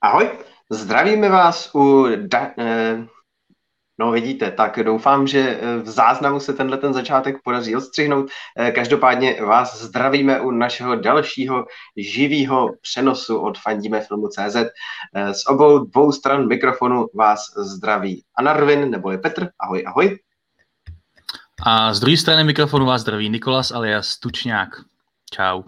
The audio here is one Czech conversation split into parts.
Ahoj, zdravíme vás no vidíte, tak doufám, že v záznamu se ten začátek podaří odstřihnout. Každopádně vás zdravíme u našeho dalšího živého přenosu od Fandíme.cz. Z obou dvou stran mikrofonu vás zdraví Anarvin neboli Petr. Ahoj, ahoj. A z druhé strany mikrofonu vás zdraví Nikolas alias Tučňák. Čau.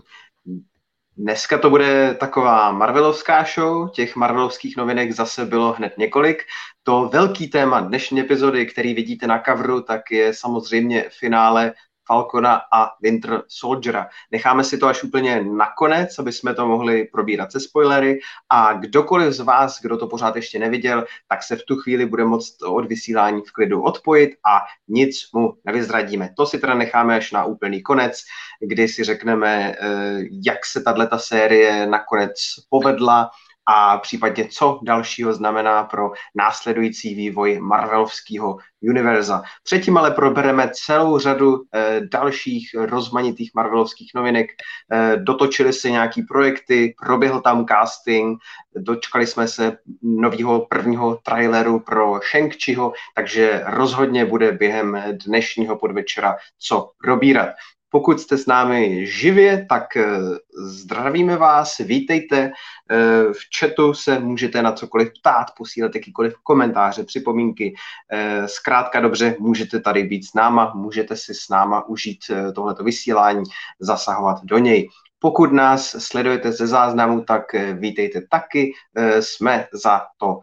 Dneska to bude taková marvelovská show, těch marvelovských novinek zase bylo hned několik. To velký téma dnešní epizody, který vidíte na coveru, tak je samozřejmě finále Falcona a Winter Soldiera. Necháme si to až úplně nakonec, aby jsme to mohli probírat se spoilery a kdokoliv z vás, kdo to pořád ještě neviděl, tak se v tu chvíli bude moct od vysílání v klidu odpojit a nic mu nevyzradíme. To si teda necháme až na úplný konec, kdy si řekneme, jak se tato série nakonec povedla, a případně co dalšího znamená pro následující vývoj Marvelovského univerza. Předtím ale probereme celou řadu dalších rozmanitých Marvelovských novinek. Dotočily se nějaký projekty, proběhl tam casting, dočkali jsme se nového prvního traileru pro Shang-Chiho, takže rozhodně bude během dnešního podvečera co probírat. Pokud jste s námi živě, tak zdravíme vás, vítejte. V chatu se můžete na cokoliv ptát, posílat jakýkoliv komentáře, připomínky. Zkrátka dobře, můžete tady být s náma, můžete si s náma užít tohleto vysílání, zasahovat do něj. Pokud nás sledujete ze záznamu, tak vítejte taky, jsme za to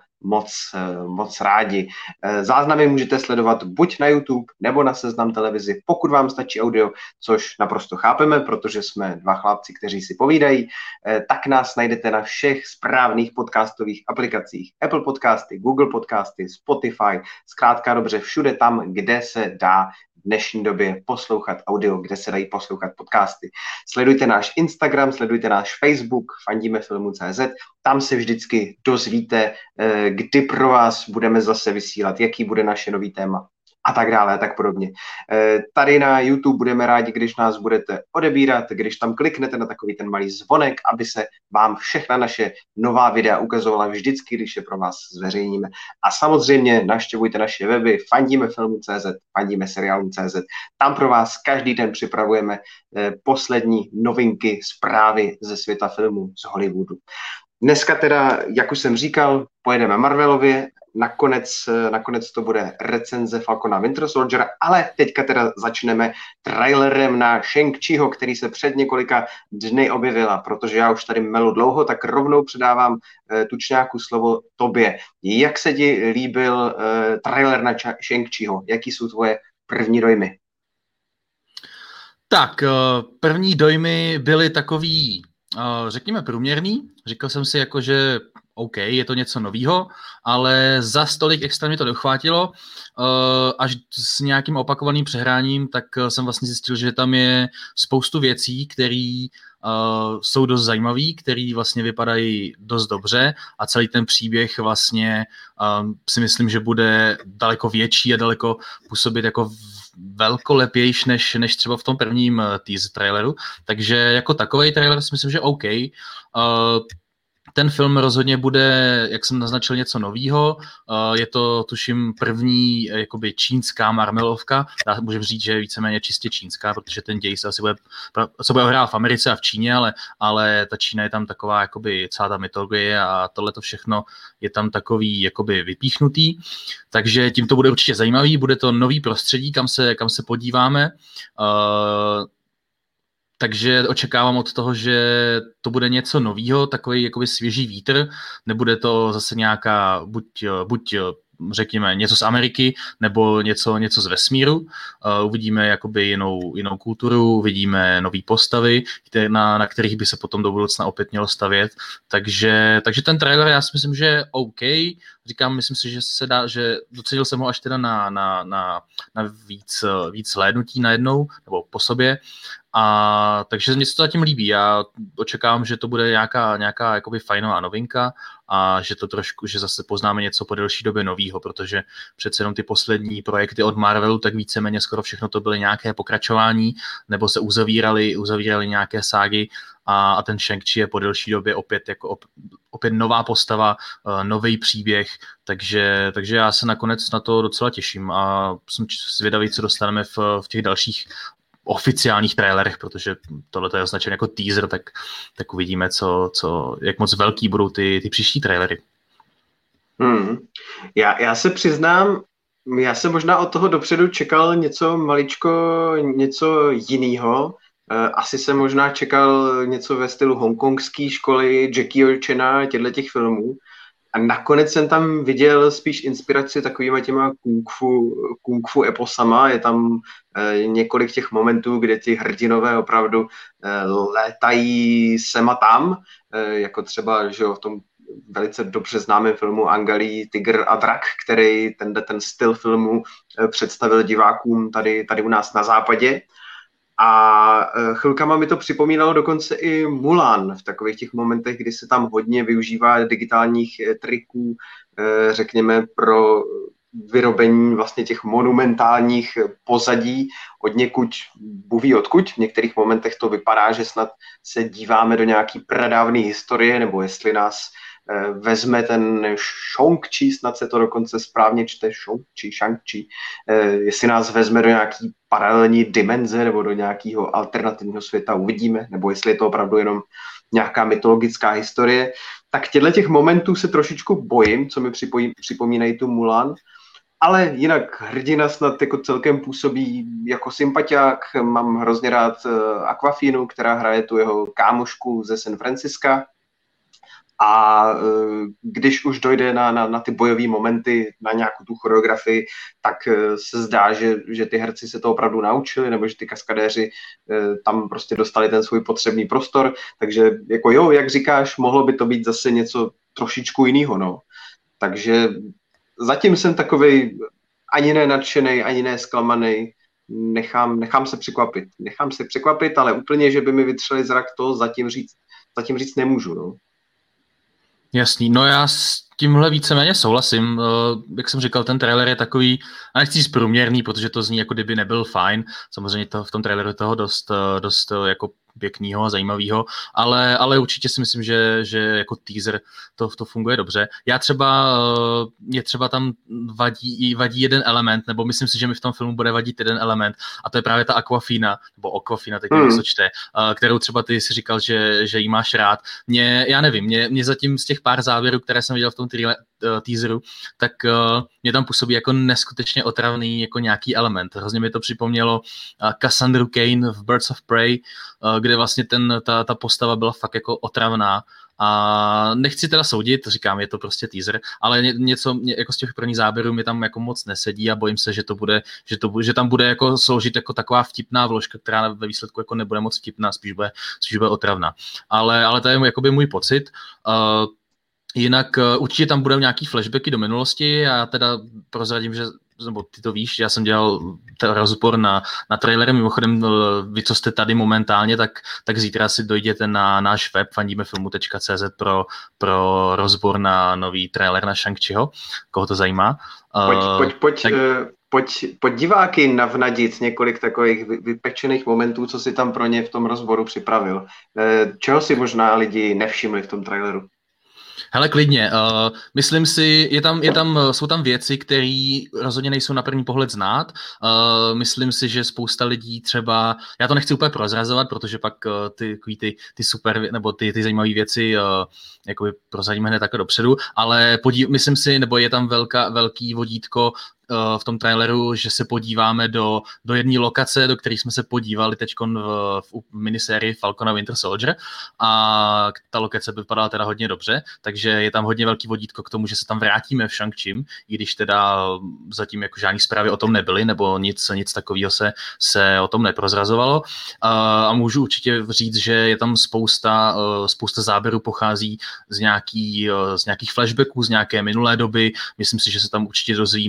moc rádi. Záznamy můžete sledovat buď na YouTube nebo na Seznam televizi, pokud vám stačí audio, což naprosto chápeme, protože jsme dva chlapci, kteří si povídají, tak nás najdete na všech správných podcastových aplikacích. Apple podcasty, Google podcasty, Spotify, zkrátka dobře všude tam, kde se dá v dnešní době poslouchat audio, kde se dají poslouchat podcasty. Sledujte náš Instagram, sledujte náš Facebook, Fandíme.cz, tam se vždycky dozvíte, kdy pro vás budeme zase vysílat, jaký bude naše nový téma a tak dále a tak podobně. Tady na YouTube budeme rádi, když nás budete odebírat, když tam kliknete na takový ten malý zvonek, aby se vám všechna naše nová videa ukazovala vždycky, když je pro vás zveřejníme. A samozřejmě navštěvujte naše weby fandimefilmu.cz, fandimeseriálům.cz. Tam pro vás každý den připravujeme poslední novinky, zprávy ze světa filmu z Hollywoodu. Dneska teda, jak už jsem říkal, pojedeme Marvelově, nakonec to bude recenze Falcona Winter Soldiera, ale teďka teda začneme trailerem na Shang-Chiho, který se před několika dny objevila, protože já už tady melu dlouho, tak rovnou předávám Tučňáku slovo tobě. Jak se ti líbil trailer na Shang-Chiho? Jaký jsou tvoje první dojmy? Tak, první dojmy byly takový, řekněme, průměrný. Říkal jsem si jako, že OK, je to něco novýho, ale za tolik extra mě to dochvátilo. Až s nějakým opakovaným přehráním, tak jsem vlastně zjistil, že tam je spoustu věcí, které jsou dost zajímavý, které vlastně vypadají dost dobře a celý ten příběh vlastně si myslím, že bude daleko větší a daleko působit jako velkolepější než třeba v tom prvním teaser traileru. Takže jako takovej trailer si myslím, že OK. Ten film rozhodně bude, jak jsem naznačil, něco novýho. Je to, tuším, první jakoby čínská Marvelovka. Můžeme říct, že je víceméně čistě čínská, protože ten děj se asi bude hrát v Americe a v Číně, ale ta Čína je tam taková jakoby celá ta mytologie a tohleto všechno je tam takový jakoby vypíchnutý. Takže tím to bude určitě zajímavý, bude to nový prostředí, kam se podíváme. Takže očekávám od toho, že to bude něco novýho, takový jakoby svěží vítr, nebude to zase nějaká buď řekněme něco z Ameriky, nebo něco z vesmíru. Uvidíme jakoby jinou kulturu, uvidíme nový postavy, na kterých by se potom do budoucna opět mělo stavět. Takže ten trailer, já si myslím, že je OK. Říkám, myslím si, že se dá, že docenil jsem ho až teda na víc hlédnutí najednou, nebo po sobě. A takže mě se to zatím líbí. Já očekávám, že to bude nějaká jakoby fajnová novinka a že to trošku, že zase poznáme něco po delší době novýho, protože přece jenom ty poslední projekty od Marvelu, tak víceméně skoro všechno to byly nějaké pokračování, nebo se uzavíraly nějaké ságy a ten Shang-Chi je po delší době opět nová postava, nový příběh, takže já se nakonec na to docela těším a jsem zvědavý, co dostaneme v těch dalších oficiálních trailerech, protože tohle je označené jako teaser, tak uvidíme, jak moc velký budou ty příští trailery. Já se přiznám, já jsem možná od toho dopředu čekal něco jinýho. Asi jsem možná čekal něco ve stylu hongkongské školy, Jackie Chana, těch filmů. A nakonec jsem tam viděl spíš inspiraci takovýma těma kung fu eposama. Je tam několik těch momentů, kde ti hrdinové opravdu létají sem a tam, jako třeba že v tom velice dobře známém filmu Angali, Tygr a drak, který ten styl filmu představil divákům tady u nás na západě. A chvilkama mi to připomínalo dokonce i Mulan v takových těch momentech, kdy se tam hodně využívá digitálních triků, řekněme, pro vyrobení vlastně těch monumentálních pozadí od někud, bůh odkud. V některých momentech to vypadá, že snad se díváme do nějaký pradávné historie, nebo jestli nás vezme ten Shang-Chi, snad se to dokonce správně čte, Shang-Chi, jestli nás vezme do nějaký paralelní dimenze nebo do nějakého alternativního světa, uvidíme, nebo jestli je to opravdu jenom nějaká mytologická historie, tak těch momentů se trošičku bojím, co mi připomínají tu Mulan, ale jinak hrdina snad jako celkem působí jako sympatiák, mám hrozně rád Aquafinu, která hraje tu jeho kámošku ze San Francisca. A když už dojde na ty bojové momenty, na nějakou tu choreografii, tak se zdá, že ty herci se to opravdu naučili, nebo že ty kaskadéři tam prostě dostali ten svůj potřebný prostor. Takže jako jo, jak říkáš, mohlo by to být zase něco trošičku jiného. No. Takže zatím jsem takovej ani ne nadšenej, ani ne zklamanej. Nechám se překvapit, ale úplně, že by mi vytřeli zrak, to zatím říct nemůžu. No. Jasný, no já s tímhle víceméně souhlasím, jak jsem říkal, ten trailer je takový, a nechci říct průměrný, protože to zní jako kdyby nebyl fajn, samozřejmě v tom traileru toho dost jako pěknýho a zajímavýho, ale určitě si myslím, že jako teaser to funguje dobře. Mě třeba tam vadí jeden element, nebo myslím si, že mi v tom filmu bude vadit jeden element, a to je právě ta Aquafina, teď se čte, kterou třeba ty si říkal, že jí máš rád. Já nevím, mě zatím z těch pár závěrů, které jsem viděl v tom teaseru, tak mě tam působí jako neskutečně otravný jako nějaký element. Hrozně mi to připomnělo Cassandru Cain v Birds of Prey, kde vlastně ta postava byla fakt jako otravná. A nechci teda soudit, říkám, je to prostě teaser, ale něco jako z těch prvních záběrů mi tam jako moc nesedí a bojím se, že tam bude jako sloužit jako taková vtipná vložka, která ve výsledku jako nebude moc vtipná, spíš bude otravná. Ale to je jakoby můj pocit. Jinak určitě tam budou nějaký flashbacky do minulosti a já teda prozradím, že nebo ty to víš, já jsem dělal rozbor na trailery, mimochodem vy, co jste tady momentálně, tak zítra si dojděte na náš web fandimefilmu.cz pro rozbor na nový trailer na Shang-Chiho, koho to zajímá. Pojď diváky navnadit několik takových vypečených momentů, co si tam pro ně v tom rozboru připravil. Čeho si možná lidi nevšimli v tom traileru? Hele, klidně. Myslím si, jsou tam věci, které rozhodně nejsou na první pohled znát. Myslím si, že spousta lidí třeba, já to nechci úplně prozrazovat, protože pak ty super, nebo ty zajímavé věci jakoby prozradíme hned takhle dopředu, ale myslím si, nebo je tam velký vodítko v tom traileru, že se podíváme do jedné lokace, do které jsme se podívali teď v minisérii Falcon a Winter Soldier, a ta lokace vypadala teda hodně dobře, takže je tam hodně velký vodítko k tomu, že se tam vrátíme v Shang-Chim, i když teda zatím jako žádný zprávy o tom nebyly, nebo nic takového se o tom neprozrazovalo. A můžu určitě říct, že je tam spousta záběrů pochází z nějakých flashbacků, z nějaké minulé doby. Myslím si, že se tam určitě dozvíme o tom,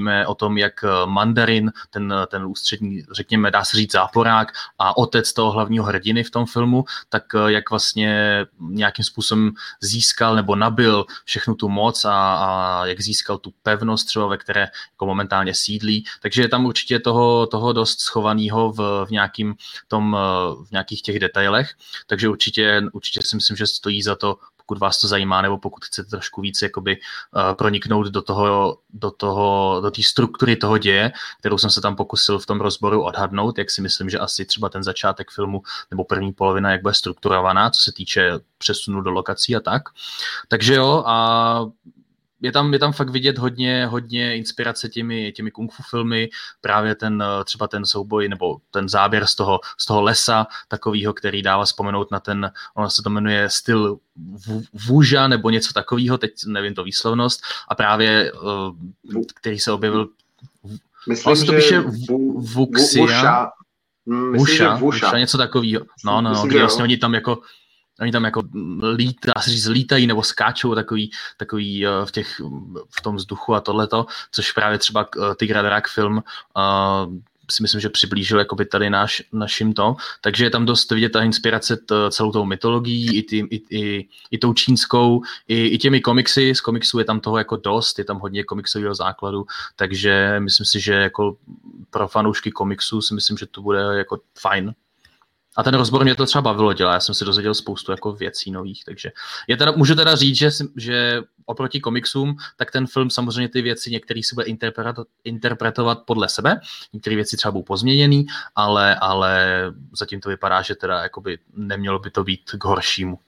tom, jak Mandarin, ten ústřední, řekněme, dá se říct záporák a otec toho hlavního hrdiny v tom filmu, tak jak vlastně nějakým způsobem získal nebo nabyl všechnu tu moc a jak získal tu pevnost třeba, ve které jako momentálně sídlí. Takže je tam určitě toho dost schovaného v nějakých těch detailech. Takže určitě si myslím, že stojí za to, pokud vás to zajímá, nebo pokud chcete trošku víc jakoby proniknout do té struktury toho děje, kterou jsem se tam pokusil v tom rozboru odhadnout, jak si myslím, že asi třeba ten začátek filmu nebo první polovina, jak bude strukturovaná, co se týče přesunu do lokací a tak. Takže jo, a je tam fakt vidět hodně inspirace těmi kung fu filmy, právě třeba ten souboj nebo ten záběr z toho lesa takového, který dává vzpomenout na ono se to jmenuje styl Wuja nebo něco takového, teď nevím to výslovnost, a právě který se objevil myslím, se to píše Wuxia. Wuxia, něco takového. No, kdy vlastně oni tam jako lítají nebo skáčou takový v tom vzduchu a tohleto, což právě třeba Tigr a drak film si myslím, že přiblížil jakoby tady našim to. Takže je tam dost vidět ta inspirace celou tou mytologií, i tou čínskou, i těmi komiksy. Z komiksů je tam toho jako dost, je tam hodně komiksového základu, takže myslím si, že jako pro fanoušky komiksů si myslím, že to bude jako fajn. A ten rozbor mě to třeba bavilo dělat, já jsem si dozvěděl spoustu jako věcí nových, takže můžu teda říct, že oproti komiksům, tak ten film samozřejmě ty věci některý si bude interpretovat podle sebe, některé věci třeba budou pozměněný, ale zatím to vypadá, že teda jakoby nemělo by to být k horšímu.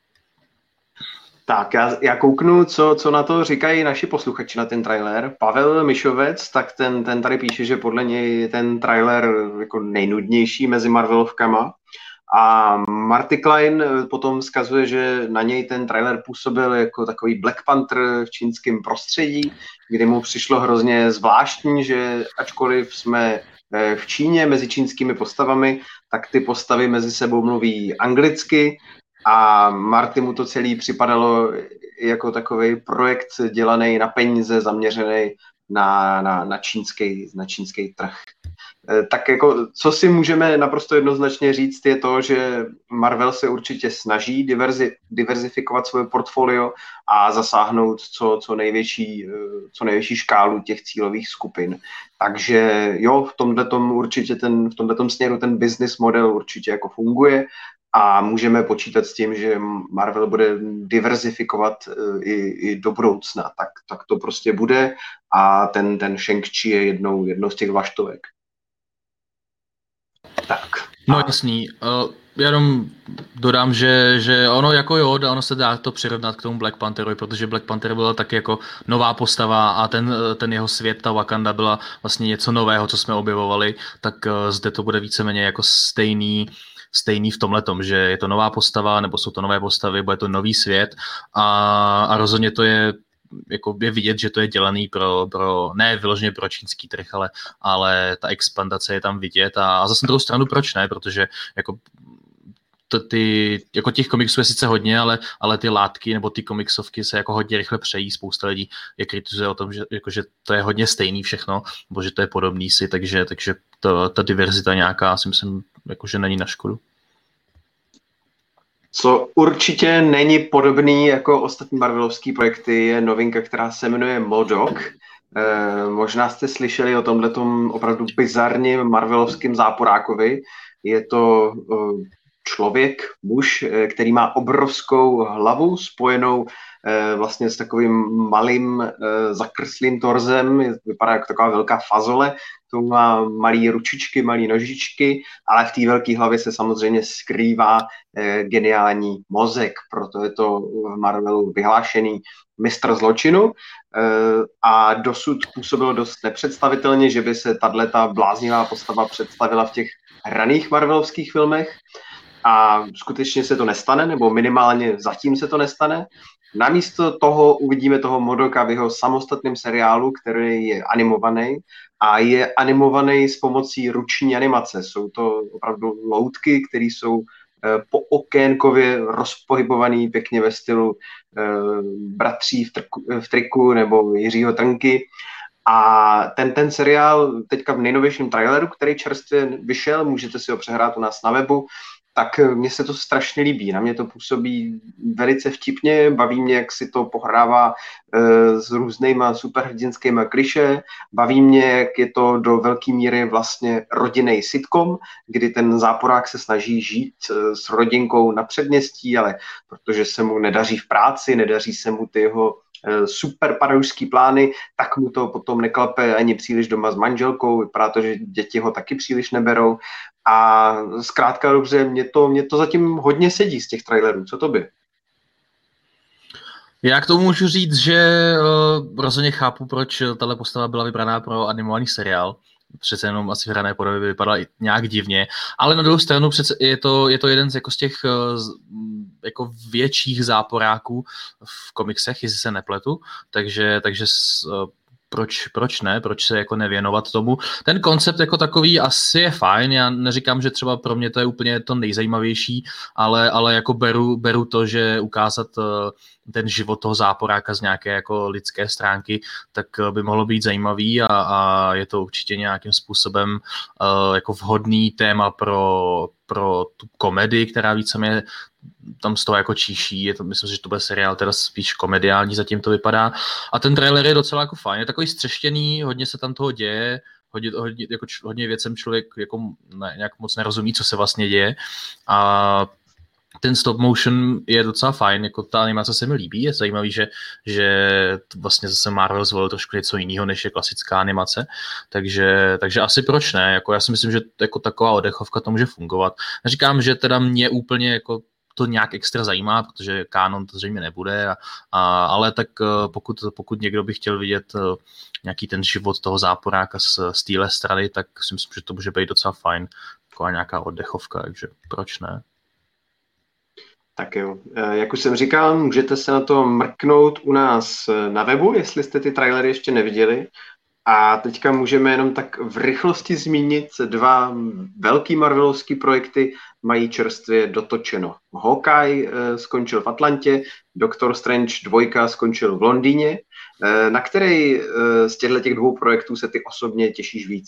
Tak, já kouknu, co na to říkají naši posluchači na ten trailer. Pavel Mišovec, tak ten tady píše, že podle něj je ten trailer jako nejnudnější mezi Marvelovkama. A Marty Klein potom vzkazuje, že na něj ten trailer působil jako takový Black Panther v čínském prostředí, kdy mu přišlo hrozně zvláštní, že ačkoliv jsme v Číně mezi čínskými postavami, tak ty postavy mezi sebou mluví anglicky a Marty mu to celý připadalo jako takový projekt dělaný na peníze, zaměřený na čínský trh. Tak jako, co si můžeme naprosto jednoznačně říct, je to, že Marvel se určitě snaží diverzifikovat svoje portfolio a zasáhnout co největší škálu těch cílových skupin. Takže jo, v tomhletom směru ten business model určitě jako funguje a můžeme počítat s tím, že Marvel bude diverzifikovat i do budoucna. Tak to prostě bude a ten Shang-Chi je jednou z těch vlaštovek. Tak. No jasný. Já jenom dodám, že ono jako jo, ono se dá to přirovnat k tomu Black Pantherovi, protože Black Panther byla taky jako nová postava a ten jeho svět, ta Wakanda byla vlastně něco nového, co jsme objevovali, tak zde to bude víceméně jako stejný v tomhletom, že je to nová postava, nebo jsou to nové postavy, bude to nový svět a rozhodně to je jako je vidět, že to je dělaný pro ne vyloženě pro čínský trh, ale ta expandace je tam vidět a zase na druhou stranu proč ne, protože jako jako těch komiksů je sice hodně, ale ty látky nebo ty komiksovky se jako hodně rychle přejí, spousta lidí je kritizuje o tom, že to je hodně stejný všechno, nebo že to je podobný si, takže ta diverzita nějaká si myslím, jako, že není na škodu. Co určitě není podobný jako ostatní marvelovský projekty, je novinka, která se jmenuje MODOK. Možná jste slyšeli o tomhletom opravdu bizarním marvelovským záporákovi. Je to člověk, muž, který má obrovskou hlavu spojenou vlastně s takovým malým zakrslým torzem, vypadá jako taková velká fazole, to má malé ručičky, malé nožičky, ale v té velké hlavě se samozřejmě skrývá geniální mozek, proto je to v Marvelu vyhlášený mistr zločinu a dosud působilo dost nepředstavitelně, že by se tato bláznivá postava představila v těch hraných marvelovských filmech. A skutečně se to nestane, nebo minimálně zatím se to nestane. Namísto toho uvidíme toho Modoka v jeho samostatném seriálu, který je animovaný a je animovaný s pomocí ruční animace. Jsou to opravdu loutky, které jsou po okénkově rozpohybovaný pěkně ve stylu Bratří v triku nebo Jiřího Trnky. A ten seriál teďka v nejnovějším traileru, který čerstvě vyšel, můžete si ho přehrát u nás na webu, tak mně se to strašně líbí. Na mě to působí velice vtipně, baví mě, jak si to pohrává s různýma superhrdinskýma klišé, baví mě, jak je to do velké míry vlastně rodinný sitcom, kdy ten záporák se snaží žít s rodinkou na předměstí, ale protože se mu nedaří v práci, nedaří se mu ty jeho super paroušský plány, tak mu to potom neklape ani příliš doma s manželkou, vypadá to, že děti ho taky příliš neberou a zkrátka dobře, mě to zatím hodně sedí z těch trailerů, co to by? Já k tomu můžu říct, že rozhodně chápu, proč tahle postava byla vybraná pro animovaný seriál. Přece jenom asi v hrané podobě by vypadala nějak divně, ale na druhou stranu přece je to jeden z těch jako větších záporáků v komiksech, jestli se nepletu, takže proč ne, proč se jako nevěnovat tomu. Ten koncept jako takový asi je fajn, já neříkám, že třeba pro mě to je úplně to nejzajímavější, ale jako beru to, že ukázat ten život toho záporáka z nějaké jako lidské stránky, tak by mohlo být zajímavý a je to určitě nějakým způsobem jako vhodný téma pro tu komedii, která víceméně tam z toho jako číší, myslím si, že to bude seriál teda spíš komediální, zatím to vypadá. A ten trailer je docela jako fajn, je takový střeštěný, hodně se tam toho děje, hodně věcem člověk jako nějak moc nerozumí, co se vlastně děje. A ten stop motion je docela fajn, jako ta animace se mi líbí, je zajímavý, že vlastně zase Marvel zvolil trošku něco jiného, než je klasická animace, takže asi proč ne, jako já si myslím, že jako taková oddechovka to může fungovat. Neříkám, že teda mě úplně jako to nějak extra zajímá, protože kánon to zřejmě nebude, ale tak pokud někdo by chtěl vidět nějaký ten život toho záporáka z téhle strany, tak si myslím, že to může být docela fajn, taková nějaká oddechovka, takže proč ne? Tak jo, jak už jsem říkal, můžete se na to mrknout u nás na webu, jestli jste ty trailery ještě neviděli. A teďka můžeme jenom tak v rychlosti zmínit dva velký marvelovský projekty, mají čerstvě dotočeno. Hawkeye skončil v Atlantě, Doctor Strange 2 skončil v Londýně. Na který z těchto dvou projektů se ty osobně těšíš víc?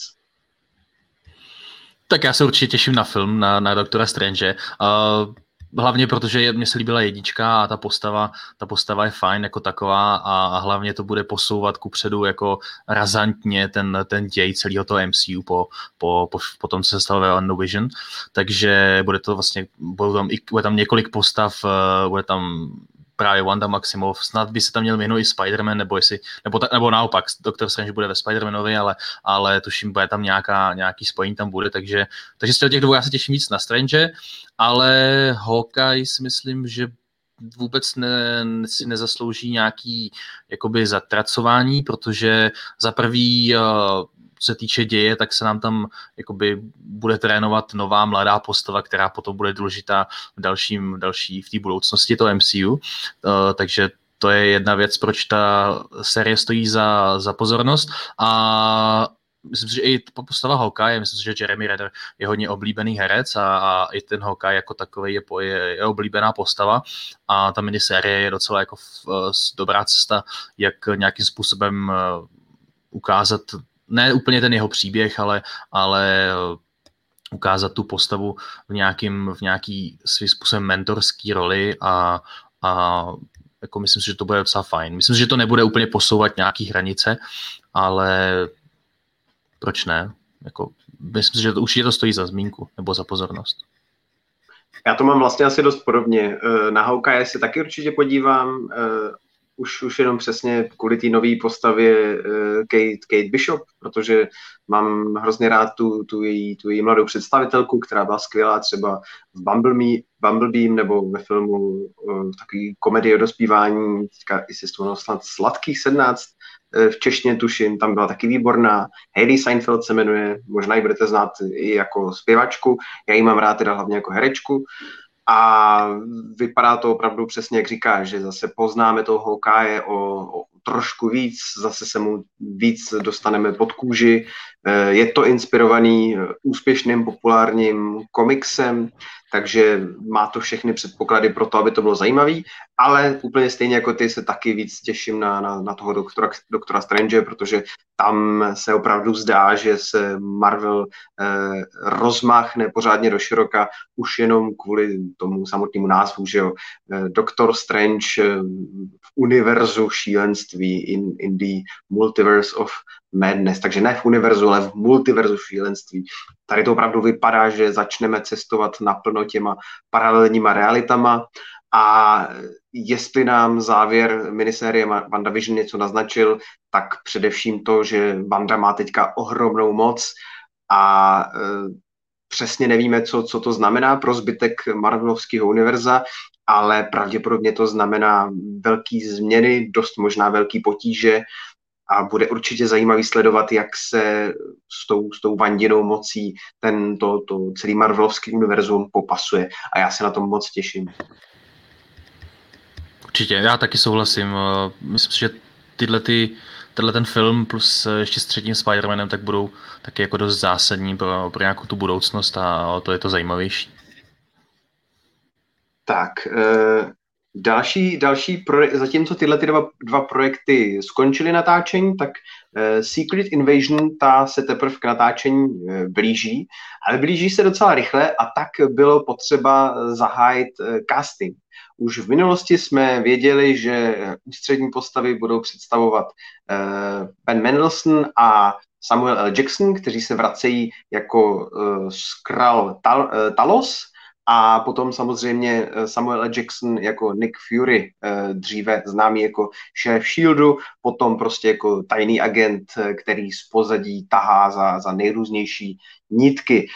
Tak já se určitě těším na film, na Doktora Strange. Hlavně protože mně se líbila jednička a ta postava je fajn jako taková a hlavně to bude posouvat kupředu jako razantně ten děj celého toho MCU po tom, co se stalo ve WandaVision. Takže bude tam několik postav, bude tam právě Wanda Maximoff, snad by se tam měl jmenovat i Spider-Man, nebo naopak, Doctor Strange bude ve Spider-Manovi, ale tuším, bude tam nějaký spojení tam bude, takže z těch dvou já se těším víc na Strange, ale Hawkeye si myslím, že vůbec si nezaslouží nějaký jakoby zatracování, protože za prvý co se týče děje, tak se nám tam jakoby bude trénovat nová mladá postava, která potom bude důležitá v té budoucnosti toho MCU. Takže to je jedna věc, proč ta série stojí za pozornost. A myslím si, že i postava Hawkeye, myslím si, že Jeremy Renner je hodně oblíbený herec a i ten Hawkeye jako takový je oblíbená postava a ta minisérie je docela jako dobrá cesta, jak nějakým způsobem ukázat ne úplně ten jeho příběh, ale ukázat tu postavu v nějaký svým způsobem mentorský roli a jako myslím si, že to bude docela fajn. Myslím si, že to nebude úplně posouvat nějaký hranice, ale proč ne? Jako, myslím si, že to určitě to stojí za zmínku nebo za pozornost. Já to mám vlastně asi dost podobně. Na Hawkeye se taky určitě podívám, už jenom přesně kvůli té nové postavě Kate Bishop, protože mám hrozně rád tu její mladou představitelku, která byla skvělá třeba v Bumblebeem nebo ve filmu takový komedie o dospívání, jestli to snad Sladkých 17, v češtině tuším, tam byla taky výborná. Hailee Steinfeld se jmenuje, možná ji budete znát i jako zpěvačku, já ji mám rád teda hlavně jako herečku. A vypadá to opravdu přesně, jak říkáš, že zase poznáme toho Hawkeye o trošku víc, zase se mu víc dostaneme pod kůži. Je to inspirovaný úspěšným populárním komiksem, takže má to všechny předpoklady pro to, aby to bylo zajímavý, ale úplně stejně jako ty se taky víc těším na toho doktora Strange, protože tam se opravdu zdá, že se Marvel rozmáchne pořádně do široka už jenom kvůli tomu samotnému názvu, že jo. Doctor Strange v univerzu šílenství in the multiverse of madness, takže ne v univerzu, ale v multiverzu šílenství. Tady to opravdu vypadá, že začneme cestovat naplno těma paralelníma realitama a jestli nám závěr minisérie WandaVision něco naznačil, tak především to, že Wanda má teďka ohromnou moc a přesně nevíme, co to znamená pro zbytek Marvelovského univerza, ale pravděpodobně to znamená velký změny, dost možná velký potíže a bude určitě zajímavý sledovat, jak se s tou Wandinou mocí to celý Marvelovský univerzum popasuje a já se na tom moc těším. Určitě, já taky souhlasím. Myslím si, že tenhle ten film plus ještě s třetím Spider-Manem tak budou taky jako dost zásadní pro nějakou tu budoucnost a to je to zajímavější. Tak, další zatímco tyhle dva projekty skončily natáčení, tak Secret Invasion ta se teprve k natáčení blíží, ale blíží se docela rychle a tak bylo potřeba zahájit casting. Už v minulosti jsme věděli, že ústřední postavy budou představovat Ben Mendelsohn a Samuel L. Jackson, kteří se vracejí jako Skrull Talos, a potom samozřejmě Samuel L. Jackson jako Nick Fury, dříve známý jako šéf SHIELDu, potom prostě jako tajný agent, který z pozadí tahá za nejrůznější nitky.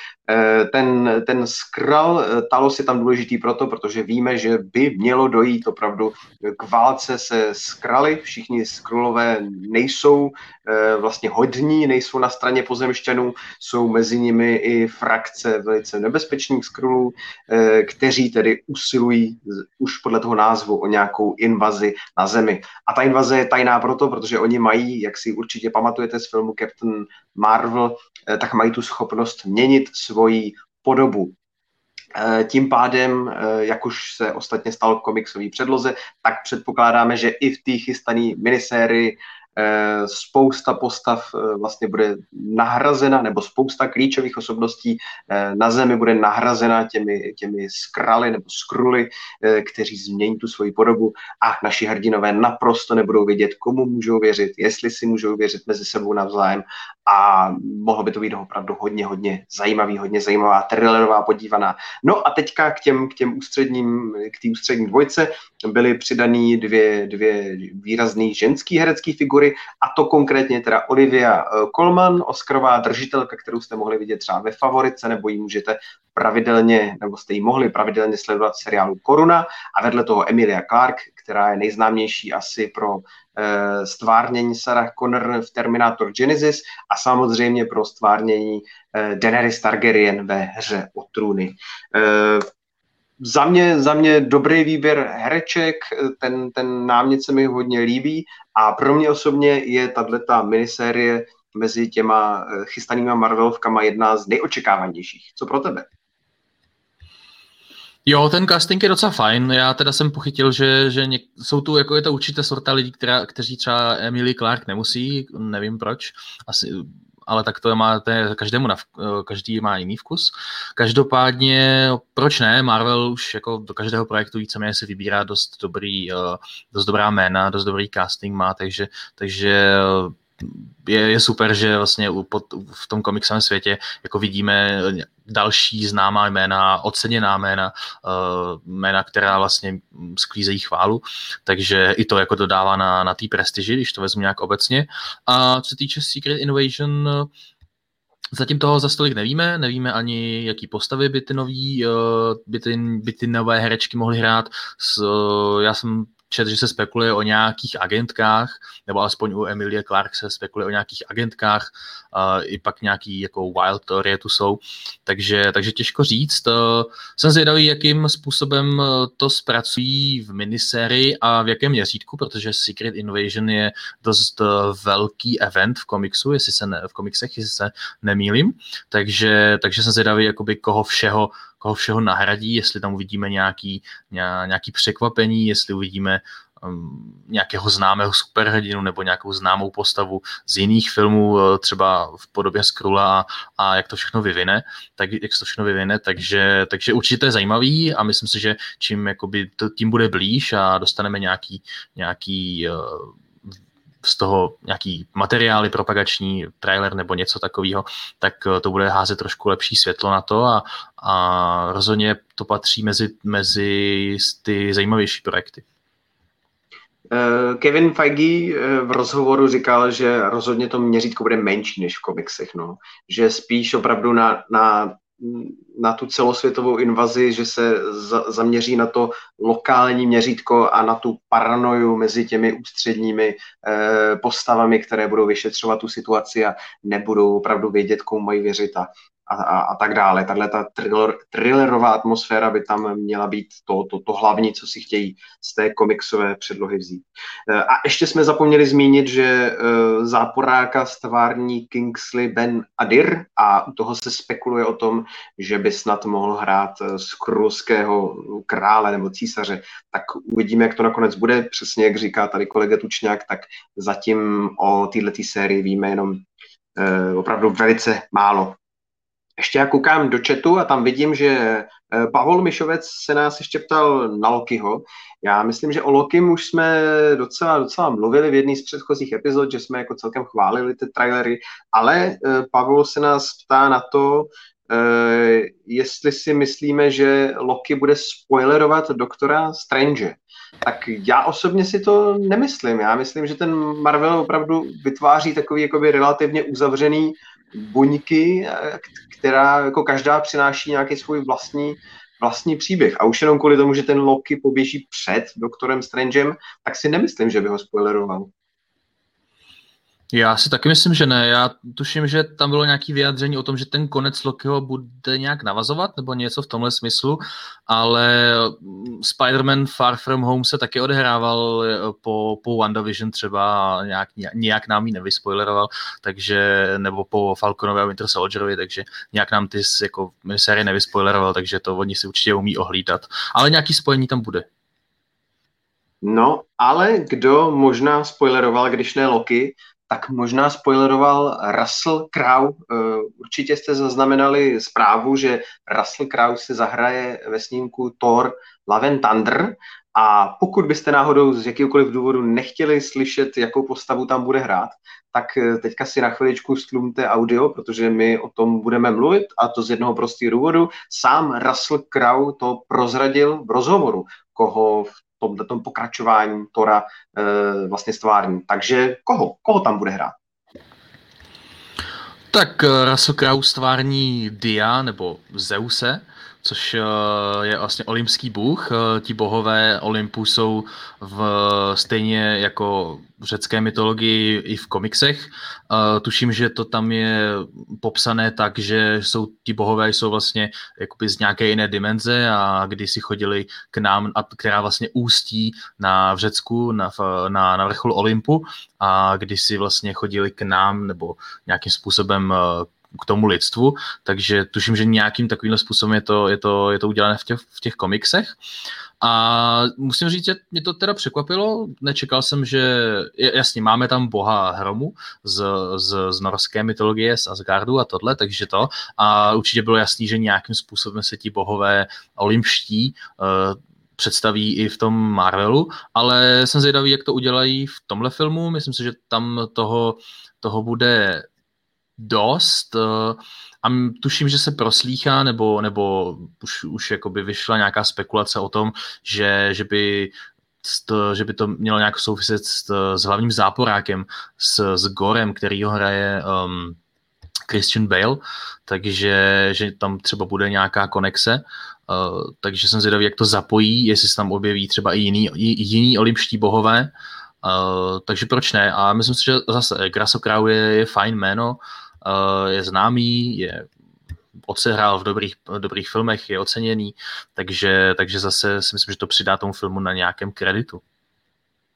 Ten Skrull Talos je tam důležitý protože víme, že by mělo dojít opravdu k válce se Skrully. Všichni Skrullové nejsou vlastně hodní, nejsou na straně pozemšťanů, jsou mezi nimi i frakce velice nebezpečných Skrullů, kteří tedy usilují už podle toho názvu o nějakou invazi na Zemi. A ta invaze je tajná protože oni mají, jak si určitě pamatujete z filmu Captain Marvel, tak mají tu schopnost měnit svoji podobu. Tím pádem, jak už se ostatně stalo v komiksové předloze, tak předpokládáme, že i v té chystané minisérii spousta postav vlastně bude nahrazena, nebo spousta klíčových osobností na Zemi bude nahrazena těmi Skrully nebo Skrully, kteří změní tu svoji podobu a naši hrdinové naprosto nebudou vědět, komu můžou věřit, jestli si můžou věřit mezi sebou navzájem a mohlo by to být opravdu hodně zajímavý, hodně zajímavá thrillerová podívaná. No a teďka k té ústřední dvojce byly přidaný dvě výrazný ženský herecký figury, a to konkrétně teda Olivia Colman, Oscarová držitelka, kterou jste mohli vidět třeba ve Favoritce, nebo ji můžete jste ji mohli pravidelně sledovat v seriálu Koruna, a vedle toho Emilia Clarke, která je nejznámější asi pro stvárnění Sarah Connor v Terminator Genesis a samozřejmě pro stvárnění Daenerys Targaryen ve Hře o trůny. Za mě dobrý výběr hereček, ten námět se mi hodně líbí a pro mě osobně je tato minisérie mezi těma chystanýma Marvelovkama jedna z nejočekávanějších. Co pro tebe? Jo, ten casting je docela fajn. Já teda jsem pochytil, že jsou tu, jako je to určitě sorta lidí, kteří třeba Emilie Clarke nemusí, nevím proč, ale tak to každý má jiný vkus. Každopádně, proč ne? Marvel už jako do každého projektu víceméně si vybírá dost dobrá jména, dost dobrý casting má, takže je super, že vlastně v tom komiksovém světě jako vidíme další známá jména, oceněná jména, která vlastně sklízejí chválu, takže i to jako dodává na té prestiži, když to vezmu nějak obecně. A co se týče Secret Invasion, zatím toho za stolik nevíme ani, jaký postavy by ty nové herečky mohly hrát. Já jsem čet, že se spekuluje o nějakých agentkách, nebo alespoň u Emilie Clarke se spekuluje o nějakých agentkách, i pak nějaký jako wild teorie tu jsou, takže těžko říct. Jsem zvědavý, jakým způsobem to zpracují v minisérii a v jakém měřítku, protože Secret Invasion je dost velký event v komiksu, v komiksech, jestli se nemýlím, takže jsem zvědavý, jakoby koho všeho koho všeho nahradí, jestli tam uvidíme nějaký překvapení, jestli uvidíme nějakého známého superhrdinu nebo nějakou známou postavu z jiných filmů, třeba v podobě Skrulla a jak to všechno vyvine, takže určitě je zajímavý a myslím si, že čím jakoby tím bude blíž a dostaneme nějaký z toho nějaký materiály, propagační trailer nebo něco takového, tak to bude házet trošku lepší světlo na to a rozhodně to patří mezi ty zajímavější projekty. Kevin Feige v rozhovoru říkal, že rozhodně to měřítko bude menší než v komiksech, no. Že spíš opravdu na tu celosvětovou invazi, že se zaměří na to lokální měřítko a na tu paranoju mezi těmi ústředními postavami, které budou vyšetřovat tu situaci a nebudou opravdu vědět, komu mají věřit a tak dále. Tahle ta thrillerová atmosféra by tam měla být to hlavní, co si chtějí z té komiksové předlohy vzít. A ještě jsme zapomněli zmínit, že záporáka stvární Kingsley Ben Adir a u toho se spekuluje o tom, že by snad mohl hrát skrullského krále nebo císaře. Tak uvidíme, jak to nakonec bude. Přesně jak říká tady kolega Tučňák, tak zatím o této sérii víme jenom opravdu velice málo. Ještě já koukám do chatu a tam vidím, že Pavol Mišovec se nás ještě ptal na Lokiho. Já myslím, že o Lokim už jsme docela mluvili v jedné z předchozích epizod, že jsme jako celkem chválili ty trailery, ale Pavel se nás ptá na to, jestli si myslíme, že Loki bude spoilerovat Doktora Strange. Tak já osobně si to nemyslím. Já myslím, že ten Marvel opravdu vytváří takový jakoby relativně uzavřený buňky, která jako každá přináší nějaký svůj vlastní příběh. A už jenom kvůli tomu, že ten Loki poběží před Doktorem Strangem, tak si nemyslím, že by ho spoileroval. Já si taky myslím, že ne. Já tuším, že tam bylo nějaké vyjádření o tom, že ten konec Lokiho bude nějak navazovat, nebo něco v tomhle smyslu, ale Spider-Man Far From Home se taky odehrával po WandaVision třeba a nějak nám ji nevyspoileroval, takže, nebo po Falconovi a Winter Soldierovi, takže nějak nám ty jako minisérie nevyspoileroval, takže to oni si určitě umí ohlídat. Ale nějaký spojení tam bude. No, ale kdo možná spoileroval, když ne Loki, tak možná spoileroval Russell Crowe. Určitě jste zaznamenali zprávu, že Russell Crowe si zahraje ve snímku Thor Love and Thunder a pokud byste náhodou z jakýkoliv důvodu nechtěli slyšet, jakou postavu tam bude hrát, tak teďka si na chviličku stlumte audio, protože my o tom budeme mluvit a to z jednoho prostého důvodu. Sám Russell Crowe to prozradil v rozhovoru, koho v tomto pokračování Thora vlastně stvární. Takže koho tam bude hrát? Tak Russell Crowe stvární Dia nebo Zeuse, což je vlastně olympský bůh. Ti bohové Olympu jsou stejně jako v řecké mytologii i v komiksech. Tuším, že to tam je popsané tak, že ti bohové jsou vlastně jakoby z nějaké jiné dimenze a když si chodili k nám, která vlastně ústí v Řecku na vrchol Olympu a když si vlastně chodili k nám nebo nějakým způsobem k tomu lidstvu, takže tuším, že nějakým takovým způsobem je to udělané v těch komiksech. A musím říct, že mě to teda překvapilo, nečekal jsem, že jasně, máme tam boha Hromu z norské mytologie, z Asgardu a tohle, takže to. A určitě bylo jasný, že nějakým způsobem se ti bohové olympští představí i v tom Marvelu, ale jsem zvědavý, jak to udělají v tomhle filmu. Myslím si, že tam toho bude dost a tuším, že se proslýchá nebo už jakoby vyšla nějaká spekulace o tom, že by to mělo nějak souviset s hlavním záporákem, s Gorem, který ho hraje Christian Bale, takže že tam třeba bude nějaká konexe, takže jsem zvědavý, jak to zapojí, jestli se tam objeví třeba i jiný olympští bohové, takže proč ne? A myslím si, že zase Russell Crowe je fajn jméno, je známý, odsehrál v dobrých filmech, je oceněný, takže zase si myslím, že to přidá tomu filmu na nějakém kreditu.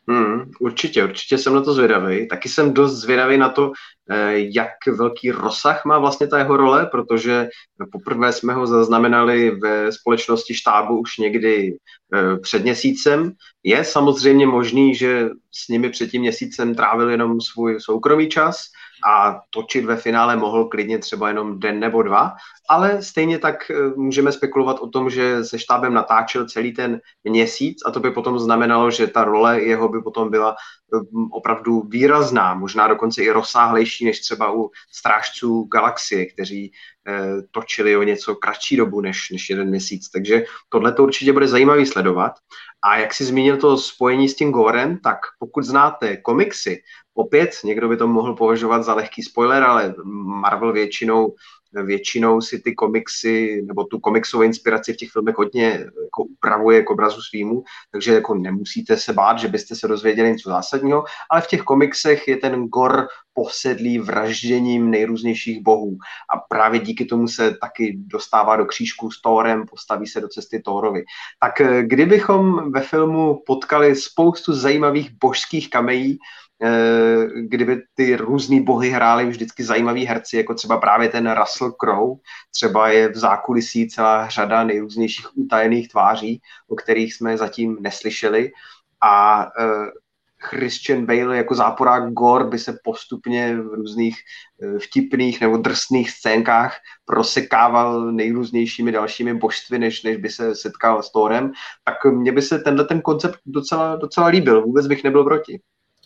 Určitě jsem na to zvědavý. Taky jsem dost zvědavý na to, jak velký rozsah má vlastně ta jeho role, protože poprvé jsme ho zaznamenali ve společnosti štábu už někdy před měsícem. Je samozřejmě možný, že s nimi před tím měsícem trávil jenom svůj soukromý čas a točit ve finále mohl klidně třeba jenom den nebo dva, ale stejně tak můžeme spekulovat o tom, že se štábem natáčel celý ten měsíc a to by potom znamenalo, že ta role jeho by potom byla opravdu výrazná, možná dokonce i rozsáhlejší než třeba u Strážců galaxie, kteří točili o něco kratší dobu než jeden měsíc. Takže tohle to určitě bude zajímavý sledovat. A jak jsi zmínil to spojení s tím Gorem, tak pokud znáte komiksy, opět někdo by to mohl považovat za lehký spoiler, ale Marvel většinou si ty komiksy nebo tu komiksovou inspiraci v těch filmech hodně jako upravuje k obrazu svýmu, takže jako nemusíte se bát, že byste se dozvěděli něco zásadního, ale v těch komiksech je ten Gor posedlý vražděním nejrůznějších bohů a právě díky tomu se taky dostává do křížku s Thorem, postaví se do cesty Thorovi. Tak kdybychom ve filmu potkali spoustu zajímavých božských kamejí, kdyby ty různý bohy hráli vždycky zajímaví herci, jako třeba právě ten Russell Crowe, třeba je v zákulisí celá řada nejrůznějších utajených tváří, o kterých jsme zatím neslyšeli a Christian Bale jako záporák Gore by se postupně v různých vtipných nebo drsných scénkách prosekával nejrůznějšími dalšími božstvy, než by se setkal s Thorem, tak mně by se ten koncept docela líbil, vůbec bych nebyl proti.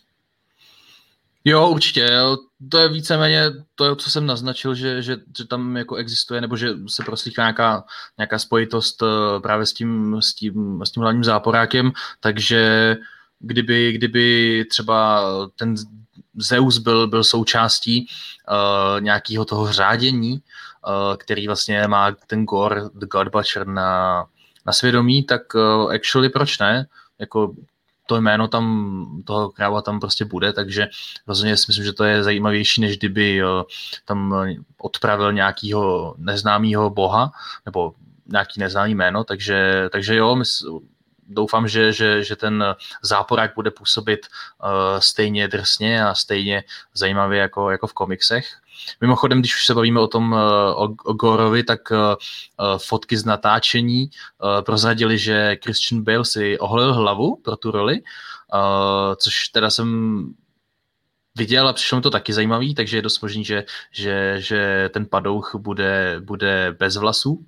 Jo, určitě. Jo. To je víceméně to, co jsem naznačil, že tam jako existuje, nebo že se proslýchá nějaká spojitost právě s tím hlavním záporákem, takže kdyby třeba ten Zeus byl součástí nějakého toho řádění, který vlastně má ten Gore, the God Butcher na svědomí, tak actually proč ne? Jako to jméno toho kráva tam prostě bude, takže rozhodně si myslím, že to je zajímavější, než kdyby tam odpravil nějakého neznámého boha, nebo nějaký neznámý jméno, takže jo, doufám, že ten záporák bude působit stejně drsně a stejně zajímavě jako v komiksech. Mimochodem, když už se bavíme o tom o Gorovi, tak fotky z natáčení prozradili, že Christian Bale si oholil hlavu pro tu roli, což teda jsem viděl a přišlo mi to taky zajímavý, takže je dost možný, že ten padouch bude bez vlasů.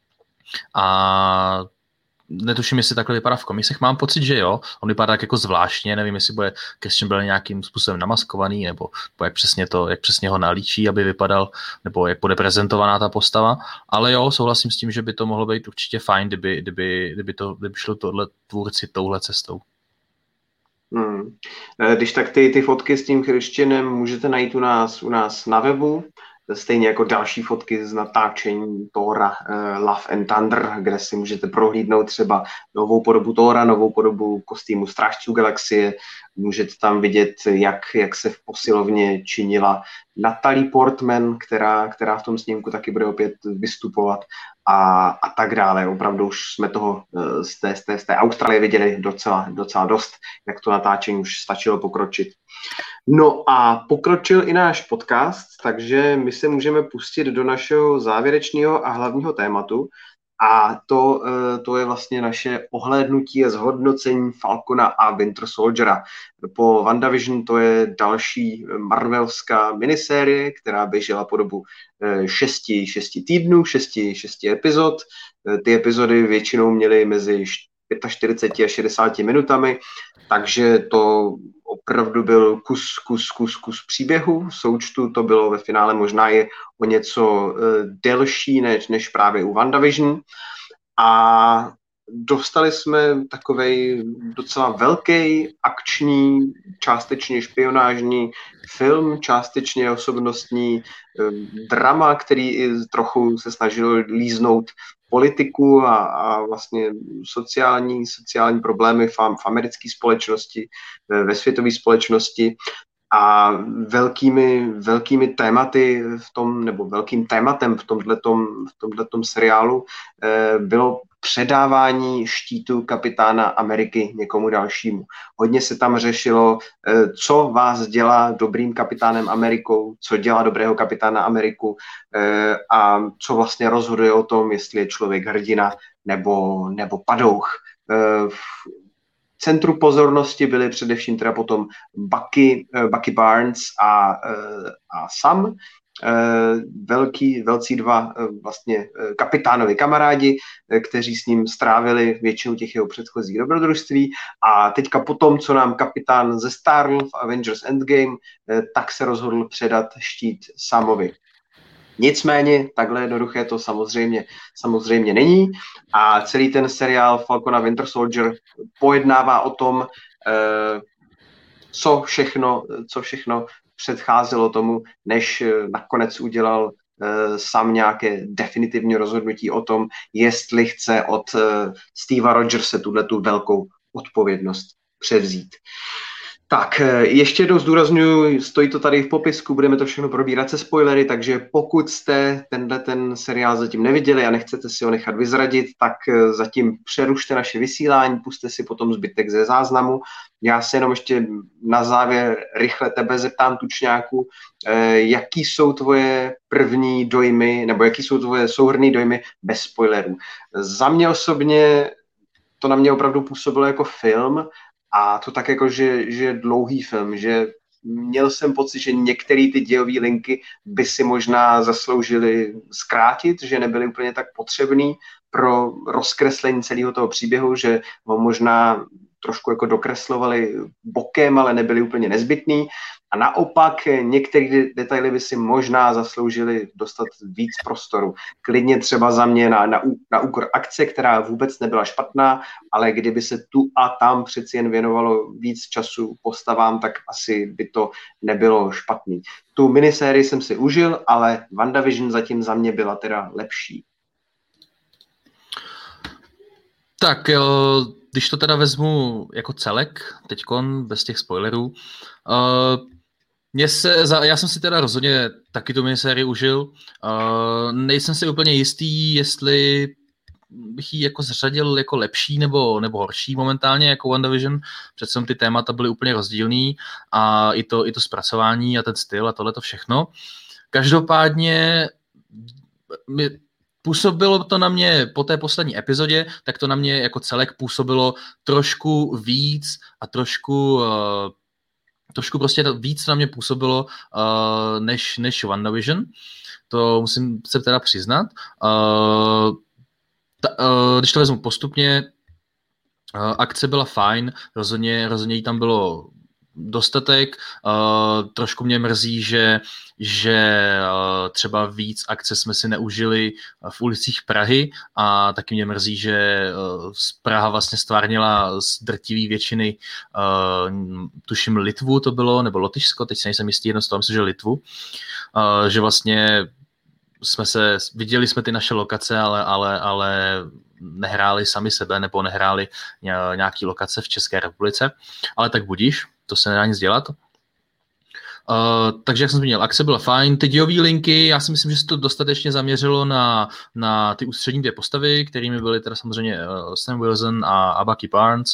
A netuším, jestli takhle vypadá v komiksech. Mám pocit, že jo. On vypadá tak jako zvláštně. Nevím, jestli bude Christian Bale nějakým způsobem namaskovaný, nebo jak přesně ho nalíčí, aby vypadal, nebo jak bude prezentovaná ta postava. Ale jo, souhlasím s tím, že by to mohlo být určitě fajn, kdyby šlo tohle tvůrci touhle cestou. Když tak ty fotky s tím Christianem můžete najít u nás na webu, stejně jako další fotky z natáčení Thora Love and Thunder, kde si můžete prohlídnout třeba novou podobu Thora, novou podobu kostýmu Strážců galaxie. Můžete tam vidět, jak se v posilovně činila Natalie Portman, která v tom snímku taky bude opět vystupovat a tak dále. Opravdu už jsme toho z té Austrálie viděli docela dost, jak to natáčení už stačilo pokročit. No a pokročil i náš podcast, takže my se můžeme pustit do našeho závěrečného a hlavního tématu. A to je vlastně naše ohlédnutí a zhodnocení Falcona a Winter Soldiera. Po WandaVision to je další marvelská minisérie, která běžela po dobu 6 týdnů, 6 epizod. Ty epizody většinou měly mezi 45 a 60 minutami, takže to opravdu byl kus příběhu. V součtu to bylo ve finále možná je o něco delší než právě u WandaVision. A dostali jsme takovej docela velký akční, částečně špionážní film, částečně osobnostní drama, který i trochu se snažil líznout politiku a vlastně sociální problémy v americké společnosti, ve světové společnosti a velkými tématy v tom, nebo velkým tématem v tomhletom seriálu bylo předávání štítu kapitána Ameriky někomu dalšímu. Hodně se tam řešilo, co vás dělá dobrým kapitánem Amerikou, co dělá dobrého kapitána Ameriku a co vlastně rozhoduje o tom, jestli je člověk hrdina nebo padouch. V centru pozornosti byly především teda potom Bucky Barnes a Sam, velcí dva vlastně kapitánovi kamarádi, kteří s ním strávili většinu těch jeho předchozích dobrodružství a teďka potom, co nám kapitán zestárl v Avengers Endgame, tak se rozhodl předat štít Samovi. Nicméně takhle jednoduché to samozřejmě není a celý ten seriál Falcon a Winter Soldier pojednává o tom, co všechno předcházelo tomu, než nakonec udělal sám nějaké definitivní rozhodnutí o tom, jestli chce od Steva Rogerse tuhletu velkou odpovědnost převzít. Tak, ještě jednou zdůraznuju, stojí to tady v popisku, budeme to všechno probírat se spoilery, takže pokud jste ten seriál zatím neviděli a nechcete si ho nechat vyzradit, tak zatím přerušte naše vysílání, pusťte si potom zbytek ze záznamu. Já se jenom ještě na závěr rychle tebe zeptám, Tučňáku, jaký jsou tvoje první dojmy, nebo jaký jsou tvoje souhrnný dojmy bez spoilerů. Za mě osobně to na mě opravdu působilo jako film, a to tak jako, že dlouhý film, že měl jsem pocit, že některé ty dějové linky by si možná zasloužily zkrátit, že nebyly úplně tak potřebný pro rozkreslení celého toho příběhu, že ho možná trošku jako dokreslovali bokem, ale nebyly úplně nezbytný. A naopak některé detaily by si možná zasloužili dostat víc prostoru. Klidně třeba za mě na úkor akce, která vůbec nebyla špatná, ale kdyby se tu a tam přeci jen věnovalo víc času postavám, tak asi by to nebylo špatný. Tu minisérii jsem si užil, ale WandaVision zatím za mě byla teda lepší. Tak když to teda vezmu jako celek, teďkon, bez těch spoilerů, já jsem si teda rozhodně taky tu minisérii užil. Nejsem si úplně jistý, jestli bych ji jako zřadil jako lepší nebo horší momentálně jako WandaVision. Přece ty témata byly úplně rozdílný a i to zpracování a ten styl a tohleto všechno. Každopádně působilo to na mě po té poslední epizodě, tak to na mě jako celek působilo trošku víc a trošku prostě víc na mě působilo než WandaVision. To musím se teda přiznat. Když to vezmu postupně, akce byla fajn, rozhodně jí tam bylo dostatek. Trošku mě mrzí, že třeba víc akce jsme si neužili v ulicích Prahy a taky mě mrzí, že Praha vlastně stvárnila z drtivý většiny, tuším Litvu to bylo, nebo Lotyšsko, teď se nejsem jistý, jedno z toho myslím, že Litvu, že vlastně viděli jsme ty naše lokace, ale nehráli sami sebe nebo nehráli nějaký lokace v České republice, ale tak budíš, to se nedá nic dělat. Takže jak jsem zmínil, akce byla fajn, ty dějové linky, já si myslím, že se to dostatečně zaměřilo na ty ústřední dvě postavy, kterými byly teda samozřejmě Sam Wilson a Bucky Barnes.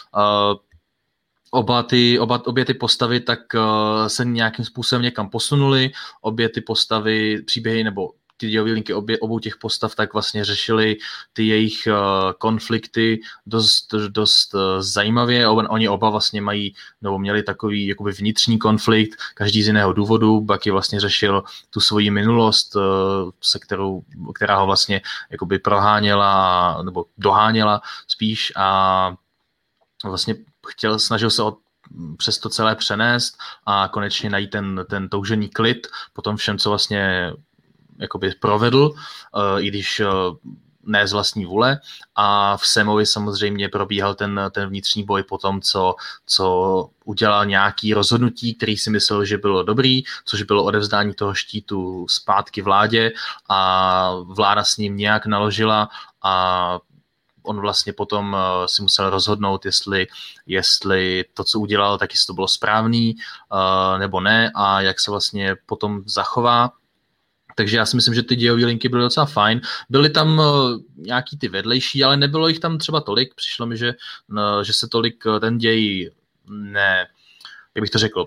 Obě ty postavy tak se nějakým způsobem někam posunuly, obě ty postavy, příběhy nebo ty dějové linky obou těch postav tak vlastně řešily ty jejich konflikty dost zajímavě. Oni oba vlastně měli takový jakoby vnitřní konflikt, každý z jiného důvodu. Bucky vlastně řešil tu svoji minulost, která ho vlastně jakoby proháněla nebo doháněla spíš a vlastně snažil se přes to celé přenést a konečně najít ten toužený klid po tom všem, co vlastně jakoby provedl, i když ne z vlastní vůle. A v Samovi samozřejmě probíhal ten vnitřní boj po tom, co udělal nějaký rozhodnutí, který si myslel, že bylo dobrý, což bylo odevzdání toho štítu zpátky vládě a vláda s ním nějak naložila a on vlastně potom si musel rozhodnout, jestli to, co udělal, tak jestli to bylo správný nebo ne a jak se vlastně potom zachová. Takže já si myslím, že ty dějové linky byly docela fajn. Byly tam nějaký ty vedlejší, ale nebylo jich tam třeba tolik. Přišlo mi, že se tolik ten děj jak bych to řekl,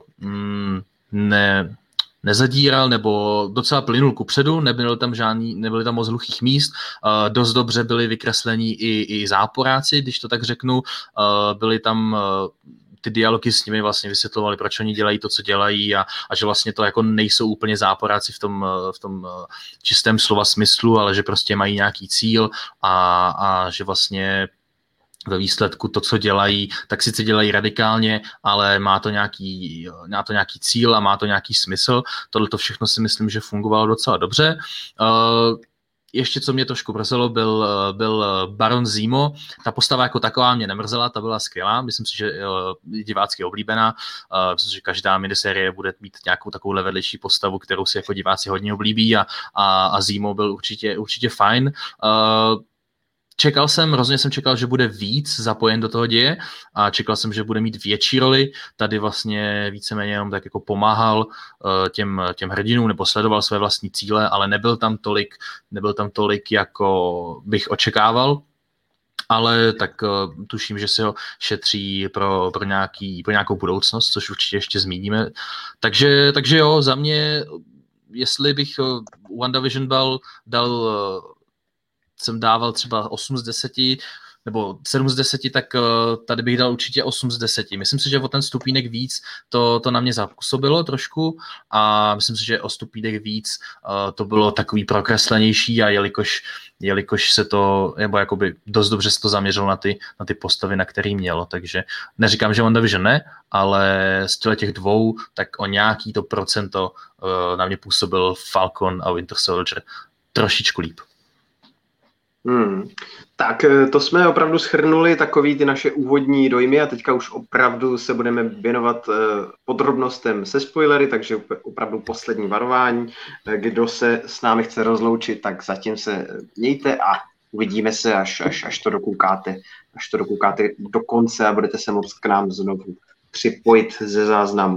nezadíral, nebo docela plynul kupředu, nebyly tam moc hluchých míst, dost dobře byli vykreslení i záporáci, když to tak řeknu, byly tam ty dialogy s nimi vlastně vysvětlovali, proč oni dělají to, co dělají a že vlastně to jako nejsou úplně záporáci v tom čistém slova smyslu, ale že prostě mají nějaký cíl a že vlastně ve výsledku to, co dělají, tak sice dělají radikálně, ale má to nějaký cíl a má to nějaký smysl. Tohle to všechno si myslím, že fungovalo docela dobře. Ještě, co mě trošku mrzelo, byl Baron Zemo. Ta postava jako taková mě nemrzela, ta byla skvělá. Myslím si, že je divácky oblíbená. Myslím si, že každá miniserie bude mít nějakou takovou vedlejší postavu, kterou si jako diváci hodně oblíbí a Zemo byl určitě fajn. Hrozně jsem čekal, že bude víc zapojen do toho děje a čekal jsem, že bude mít větší roli. Tady vlastně víceméně jenom tak jako pomáhal těm hrdinům nebo sledoval své vlastní cíle, ale nebyl tam tolik, jako bych očekával. Ale tak tuším, že se ho šetří pro nějakou budoucnost, což určitě ještě zmíníme. Takže jo, za mě, jestli bych WandaVision dal jsem dával třeba 8 z 10 nebo 7 z 10, tak tady bych dal určitě 8 z 10. Myslím si, že o ten stupínek víc to na mě zapůsobilo trošku a myslím si, že o stupínek víc to bylo takový prokreslenější a jelikož se to, nebo jakoby dost dobře se to zaměřilo na ty postavy, na který mělo, takže neříkám, že WandaVision ne, ale z těch dvou, tak o nějaký to procento na mě působil Falcon a Winter Soldier trošičku líp. Tak to jsme opravdu shrnuli takový ty naše úvodní dojmy a teďka už opravdu se budeme věnovat podrobnostem se spoilery, takže opravdu poslední varování. Kdo se s námi chce rozloučit, tak zatím se mějte a uvidíme se, až to dokoukáte. Až to dokoukáte do konce a budete se moct k nám znovu připojit ze záznamu.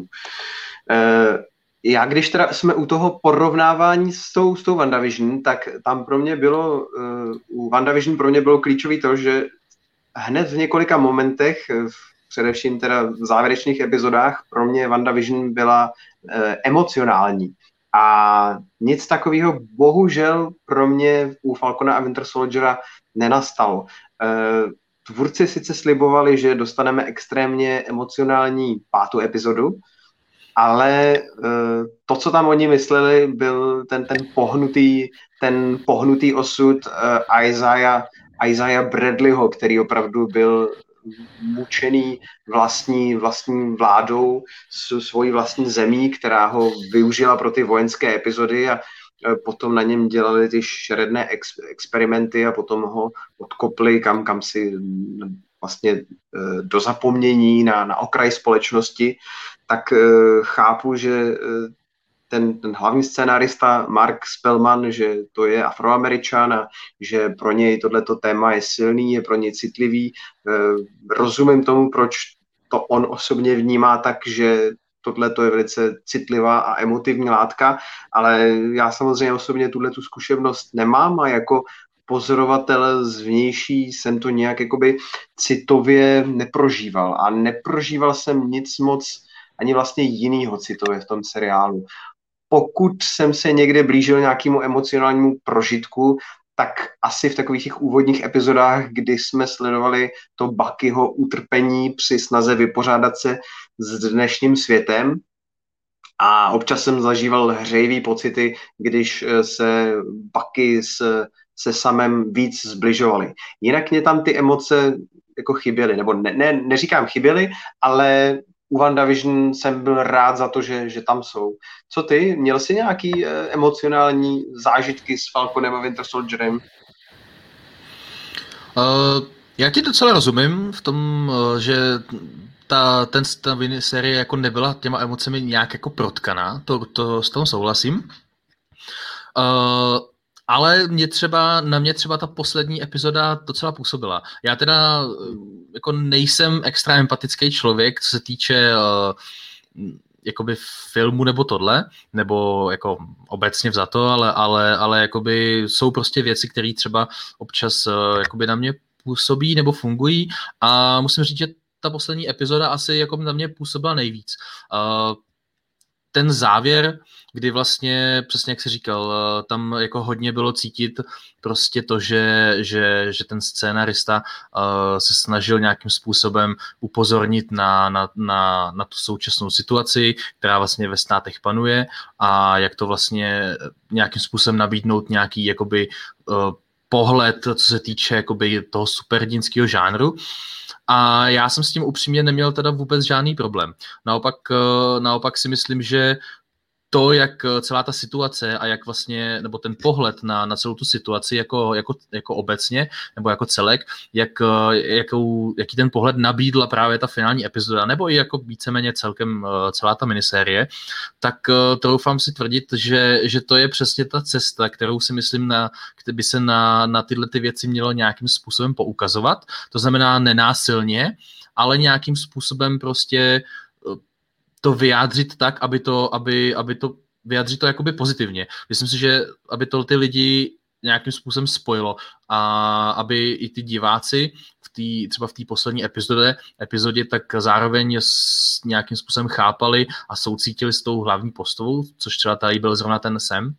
Já, když teda jsme u toho porovnávání s tou WandaVision, tak tam pro mě bylo, u WandaVision pro mě bylo klíčový to, že hned v několika momentech, především teda v závěrečných epizodách, pro mě WandaVision byla emocionální. A nic takového bohužel pro mě u Falcona a Winter Soldiera nenastalo. Tvůrci sice slibovali, že dostaneme extrémně emocionální 5. epizodu, ale to, co tam oni mysleli, byl ten pohnutý osud Isaiah Bradleyho, který opravdu byl mučený vlastní vládou, svojí vlastní zemí, která ho využila pro ty vojenské epizody a potom na něm dělali ty šeredné experimenty a potom ho odkopli kam si vlastně do zapomnění na okraj společnosti, tak chápu, že ten hlavní scénárista Mark Spellman, že to je Afroameričan a že pro něj tohleto téma je silný, je pro něj citlivý. Rozumím tomu, proč to on osobně vnímá tak, že tohleto je velice citlivá a emotivní látka, ale já samozřejmě osobně tuhletu zkušenost nemám a jako pozorovatel zvnější jsem to nějak jakoby citově neprožíval a neprožíval jsem nic moc ani vlastně jinýho citově v tom seriálu. Pokud jsem se někde blížil nějakému emocionálnímu prožitku, tak asi v takových těch úvodních epizodách, kdy jsme sledovali to Buckyho utrpení při snaze vypořádat se s dnešním světem. A občas jsem zažíval hřejivý pocity, když se Bucky se Samem víc zbližovali. Jinak mě tam ty emoce jako chyběly, nebo neříkám chyběly, ale u WandaVision jsem byl rád za to, že tam jsou. Co ty? Měl jsi nějaký emocionální zážitky s Falconem a Winter Soldierem? Já ti docela rozumím v tom, že ta série jako nebyla těma emocemi nějak jako protkaná, to s tom souhlasím. Ale na mě třeba ta poslední epizoda docela působila. Já teda jako nejsem extra empatický člověk, co se týče jakoby filmu nebo tohle, nebo jako obecně vzato, ale jakoby jsou prostě věci, které třeba občas jakoby na mě působí nebo fungují a musím říct, že ta poslední epizoda asi jako na mě působila nejvíc. Ten závěr, kdy vlastně, přesně jak jsi říkal, tam jako hodně bylo cítit prostě to, že ten scénarista se snažil nějakým způsobem upozornit na tu současnou situaci, která vlastně ve státech panuje a jak to vlastně nějakým způsobem nabídnout nějaký jakoby pohled, co se týče jakoby toho superhrdinského žánru. A já jsem s tím upřímně neměl teda vůbec žádný problém. Naopak si myslím, že to, jak celá ta situace a jak vlastně, nebo ten pohled na celou tu situaci jako obecně, nebo jako celek, jaký ten pohled nabídla právě ta finální epizoda, nebo i jako víceméně celkem celá ta minisérie, tak troufám si tvrdit, že to je přesně ta cesta, kterou si myslím, by se na tyhle ty věci mělo nějakým způsobem poukazovat. To znamená nenásilně, ale nějakým způsobem prostě to vyjádřit tak, aby to vyjádřit to jakoby pozitivně. Myslím si, že aby to ty lidi nějakým způsobem spojilo a aby i ty diváci třeba v té poslední epizodě tak zároveň nějakým způsobem chápali a soucítili s tou hlavní postavou, což třeba tady byl zrovna ten Sam,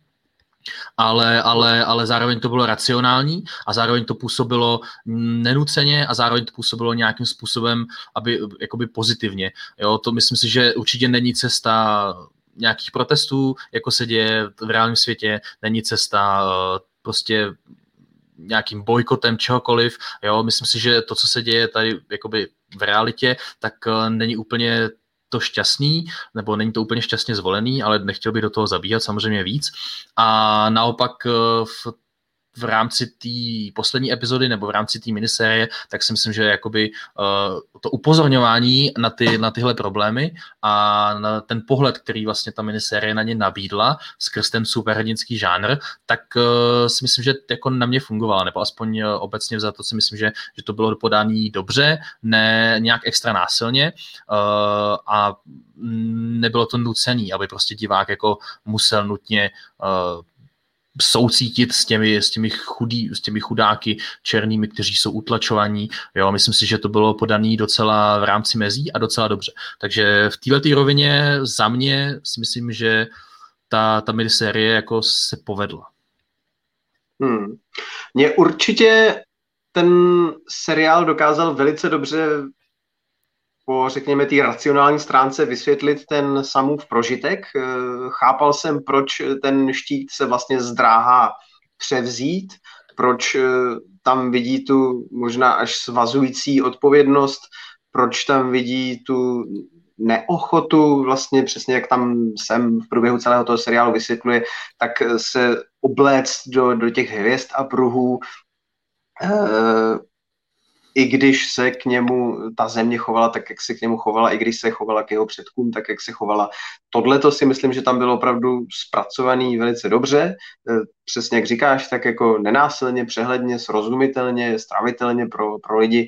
ale zároveň to bylo racionální a zároveň to působilo nenuceně a zároveň to působilo nějakým způsobem, aby jakoby pozitivně. Jo, to myslím si, že určitě není cesta nějakých protestů, jako se děje v reálném světě, není cesta prostě nějakým bojkotem čehokoliv. Jo, myslím si, že to, co se děje tady jakoby v realitě, tak není úplně to šťastný, nebo není to úplně šťastně zvolený, ale nechtěl bych do toho zabíhat samozřejmě víc. A naopak v rámci té poslední epizody nebo v rámci té minisérie, tak si myslím, že jakoby to upozorňování na tyhle problémy a na ten pohled, který vlastně ta minisérie na ně nabídla skrz ten superhrdinský žánr, tak si myslím, že jako na mě fungovala, nebo aspoň obecně vzato si myslím, že to bylo podané dobře, ne nějak extra násilně a nebylo to nucený, aby prostě divák jako musel nutně soucítit s těmi chudáky černými, kteří jsou utlačovaní. Jo, myslím si, že to bylo podané docela v rámci mezí a docela dobře. Takže v této rovině za mě si myslím, že ta minisérie jako se povedla. Mně určitě ten seriál dokázal velice dobře po, řekněme, té racionální stránce vysvětlit ten Samův prožitek. Chápal jsem, proč ten štít se vlastně zdráhá převzít, proč tam vidí tu možná až svazující odpovědnost, proč tam vidí tu neochotu, vlastně přesně jak tam jsem v průběhu celého toho seriálu vysvětluje, tak se obléct do těch hvězd a pruhů, i když se k němu ta země chovala tak, jak se k němu chovala, i když se chovala k jeho předkům, tak, jak se chovala. Tohle to si myslím, že tam bylo opravdu zpracovaný velice dobře. Přesně jak říkáš, tak jako nenásilně, přehledně, srozumitelně, stravitelně pro lidi,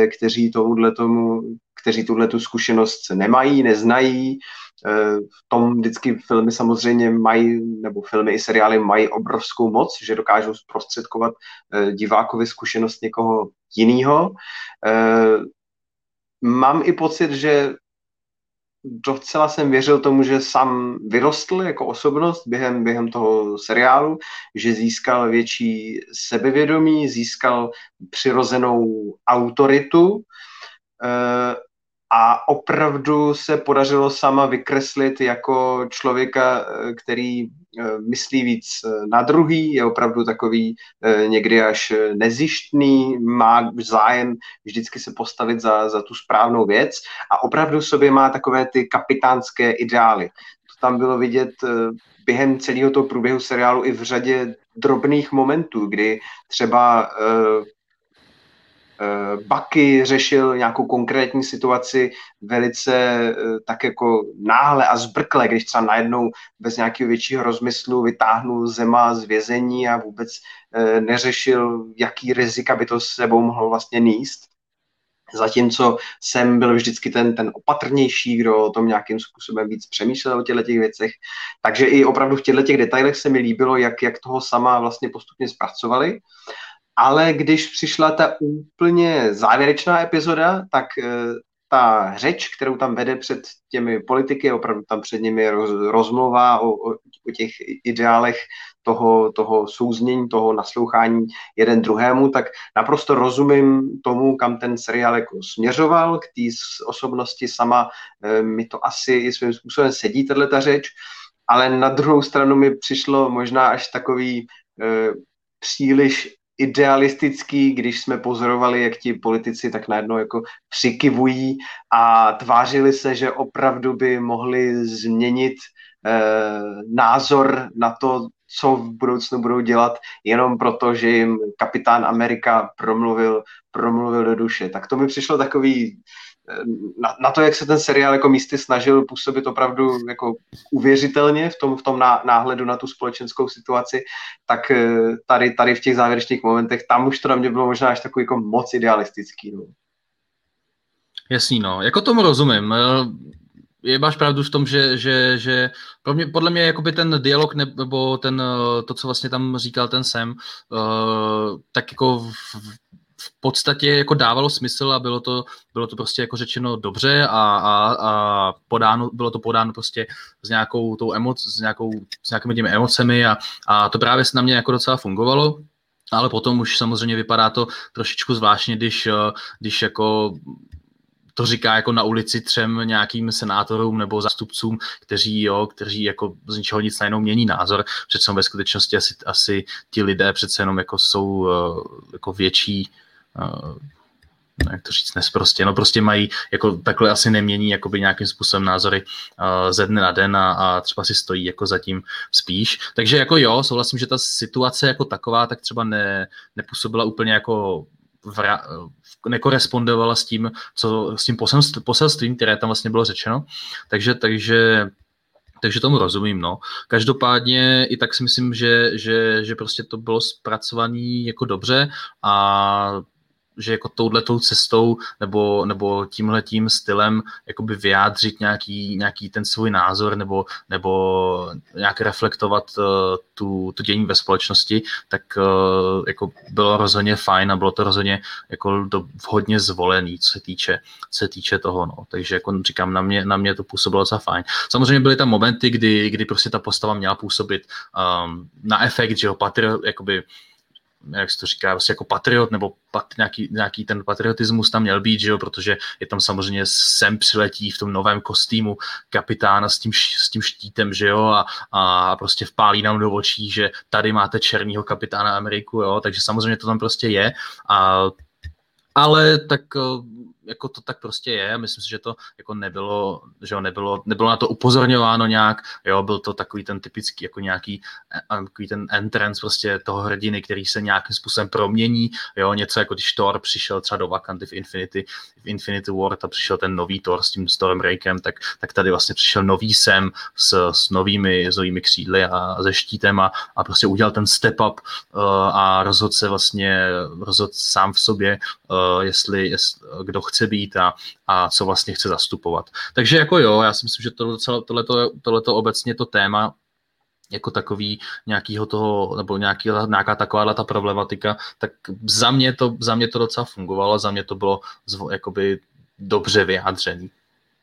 kteří tuhletu zkušenost nemají, neznají. V tom vždycky filmy samozřejmě mají, nebo filmy i seriály mají obrovskou moc, že dokážou zprostředkovat divákovi zkušenost někoho jiného. Mám i pocit, že docela jsem věřil tomu, že sám vyrostl jako osobnost během toho seriálu, že získal větší sebevědomí, získal přirozenou autoritu a opravdu se podařilo sama vykreslit jako člověka, který myslí víc na druhý, je opravdu takový někdy až nezištný, má zájem vždycky se postavit za tu správnou věc a opravdu v sobě má takové ty kapitánské ideály. To tam bylo vidět během celého toho průběhu seriálu i v řadě drobných momentů, kdy třeba Bucky řešil nějakou konkrétní situaci velice tak jako náhle a zbrkle, když třeba najednou bez nějakého většího rozmyslu vytáhnul Zema z vězení a vůbec neřešil, jaký rizika by to s sebou mohlo vlastně nést. Zatímco jsem byl vždycky ten opatrnější, kdo o tom nějakým způsobem víc přemýšlel o těchto těch věcech. Takže i opravdu v těchto těch detailech se mi líbilo, jak toho sama vlastně postupně zpracovali. Ale když přišla ta úplně závěrečná epizoda, tak ta řeč, kterou tam vede před těmi politiky, opravdu tam před nimi rozmluvá o těch ideálech toho souznění, toho naslouchání jeden druhému, tak naprosto rozumím tomu, kam ten seriál jako směřoval, k té osobnosti sama mi to asi i svým způsobem sedí, tato řeč, ale na druhou stranu mi přišlo možná až takový příliš idealistický, když jsme pozorovali, jak ti politici tak najednou jako přikivují a tvářili se, že opravdu by mohli změnit názor na to, co v budoucnu budou dělat, jenom proto, že jim kapitán Amerika promluvil do duše. Tak to mi přišlo takový na to, jak se ten seriál jako místy snažil působit opravdu jako uvěřitelně v tom náhledu na tu společenskou situaci, tak tady v těch závěrečných momentech, tam už to na mě bylo možná až takový jako moc idealistický. No. Jasný, no. Jako tomu rozumím. Máš pravdu v tom, že podle mě jakoby ten dialog nebo to, co vlastně tam říkal ten Sam, tak jako v podstatě jako dávalo smysl a bylo to prostě jako řečeno dobře a bylo to podáno prostě s nějakou tou s nějakými těmi emocemi a to právě se na mě jako docela fungovalo. Ale potom už samozřejmě vypadá to trošičku zvláštně, když jako to říká jako na ulici 3 nějakým senátorům nebo zástupcům, kteří jako z ničeho nic najednou mění názor. Přece ve skutečnosti asi ti lidé přece jenom jako jsou jako větší, jak to říct, nesprostě, no prostě mají, jako takhle asi nemění jakoby nějakým způsobem názory ze dne na den a třeba si stojí jako zatím spíš. Takže jako jo, souhlasím, že ta situace jako taková tak třeba nepůsobila úplně jako nekorespondovala s tím poselstvím, které tam vlastně bylo řečeno. Takže tomu rozumím, no. Každopádně i tak si myslím, že prostě to bylo zpracované jako dobře a že jako touhletou cestou nebo tímhletím stylem jakoby vyjádřit nějaký ten svůj názor nebo nějak reflektovat tu dění ve společnosti, tak jako bylo rozhodně fajn a bylo to rozhodně jako vhodně zvolený, co se týče toho, no. Takže jako říkám, na mě to působilo docela fajn. Samozřejmě byly tam momenty, kdy prostě ta postava měla působit na efekt, že ho jakoby, jak se to říká, prostě jako patriot, nebo nějaký ten patriotismus tam měl být, že jo, protože je tam samozřejmě sem přiletí v tom novém kostýmu kapitána s tím štítem, že jo, a prostě vpálí nám do očí, že tady máte černýho kapitána Ameriku, jo, takže samozřejmě to tam prostě je, ale tak jako to tak prostě je, myslím si, že to jako nebylo na to upozorňováno nějak, jo, byl to takový ten typický jako nějaký ten entrance prostě toho hrdiny, který se nějakým způsobem promění, jo, něco jako když Thor přišel třeba do Wakandy v Infinity War, tam přišel ten nový Thor s tím Stormbreakerem, tak tady vlastně přišel nový Sam s novými křídly a se štítem a prostě udělal ten step up a rozhodl sám v sobě, jestli kdo chce být a co vlastně chce zastupovat. Takže jako jo, já si myslím, že tohleto obecně to téma jako takový nějakýho toho, nebo nějaká taková ta problematika, tak za mě to docela fungovalo, za mě to bylo jakoby dobře vyjádřený.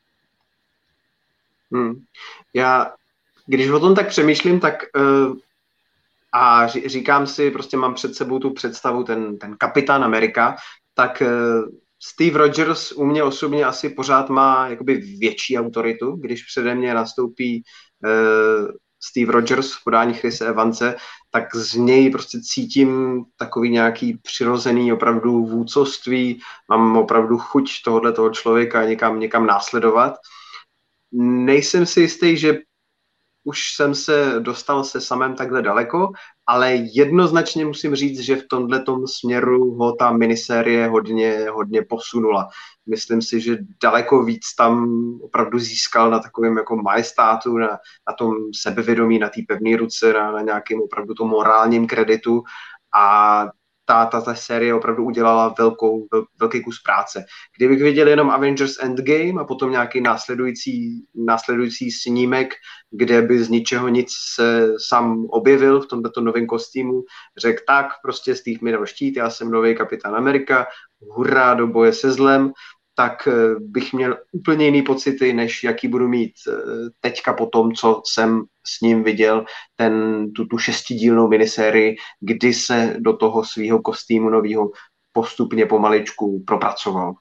Já, když o tom tak přemýšlím, tak a říkám si, prostě mám před sebou tu představu, ten kapitán Amerika, tak Steve Rogers u mě osobně asi pořád má jakoby větší autoritu, když přede mě nastoupí Steve Rogers v podání Chrise Evanse, tak z něj prostě cítím takový nějaký přirozený opravdu vůdcovství, mám opravdu chuť tohoto člověka někam následovat. Nejsem si jistý, že už jsem se dostal se samém takhle daleko, ale jednoznačně musím říct, že v tomhletom směru ho ta minisérie hodně posunula. Myslím si, že daleko víc tam opravdu získal na takovém jako majestátu, na tom sebevědomí, na té pevné ruce, na nějakém opravdu tom morálním kreditu a ta série opravdu udělala velký kus práce. Kdybych viděl jenom Avengers Endgame a potom nějaký následující snímek, kde by z ničeho nic se sám objevil v tomto novém kostýmu, řekl tak, prostě Steve mi dal štít, já jsem nový kapitán Amerika, hurá do boje se zlem, tak bych měl úplně jiný pocity, než jaký budu mít teďka po tom, co jsem s ním viděl, tu 6dílnou minisérii, kdy se do toho svého kostýmu nového postupně pomaličku propracoval.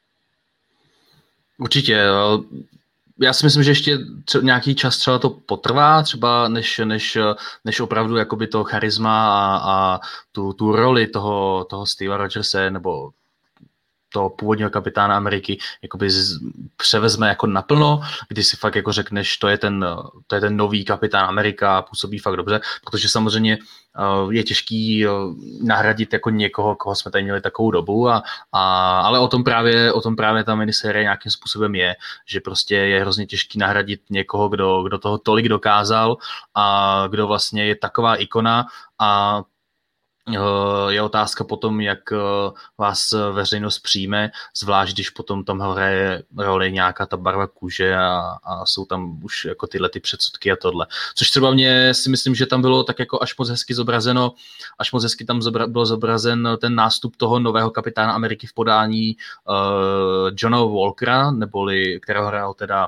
Určitě. Já si myslím, že ještě nějaký čas třeba to potrvá, třeba než opravdu jakoby to charisma a tu roli toho Steva Rogerse nebo toho původního kapitána Ameriky jakoby převezme jako naplno, kdy si fakt jako řekneš, to je ten nový kapitán Amerika, působí fakt dobře, protože samozřejmě je těžký nahradit jako někoho, koho jsme tady měli takovou dobu, ale o tom právě ta minisérie nějakým způsobem je, že prostě je hrozně těžký nahradit někoho, kdo toho tolik dokázal a kdo vlastně je taková ikona a je otázka potom, jak vás veřejnost přijme, zvlášť když potom tam hraje roli nějaká ta barva kůže a jsou tam už jako tyhle ty předsudky a tohle. Což třeba mě si myslím, že tam bylo tak jako až moc hezky zobrazeno, až moc hezky tam byl zobrazen ten nástup toho nového kapitána Ameriky v podání Johna Walkera, kterého hrál teda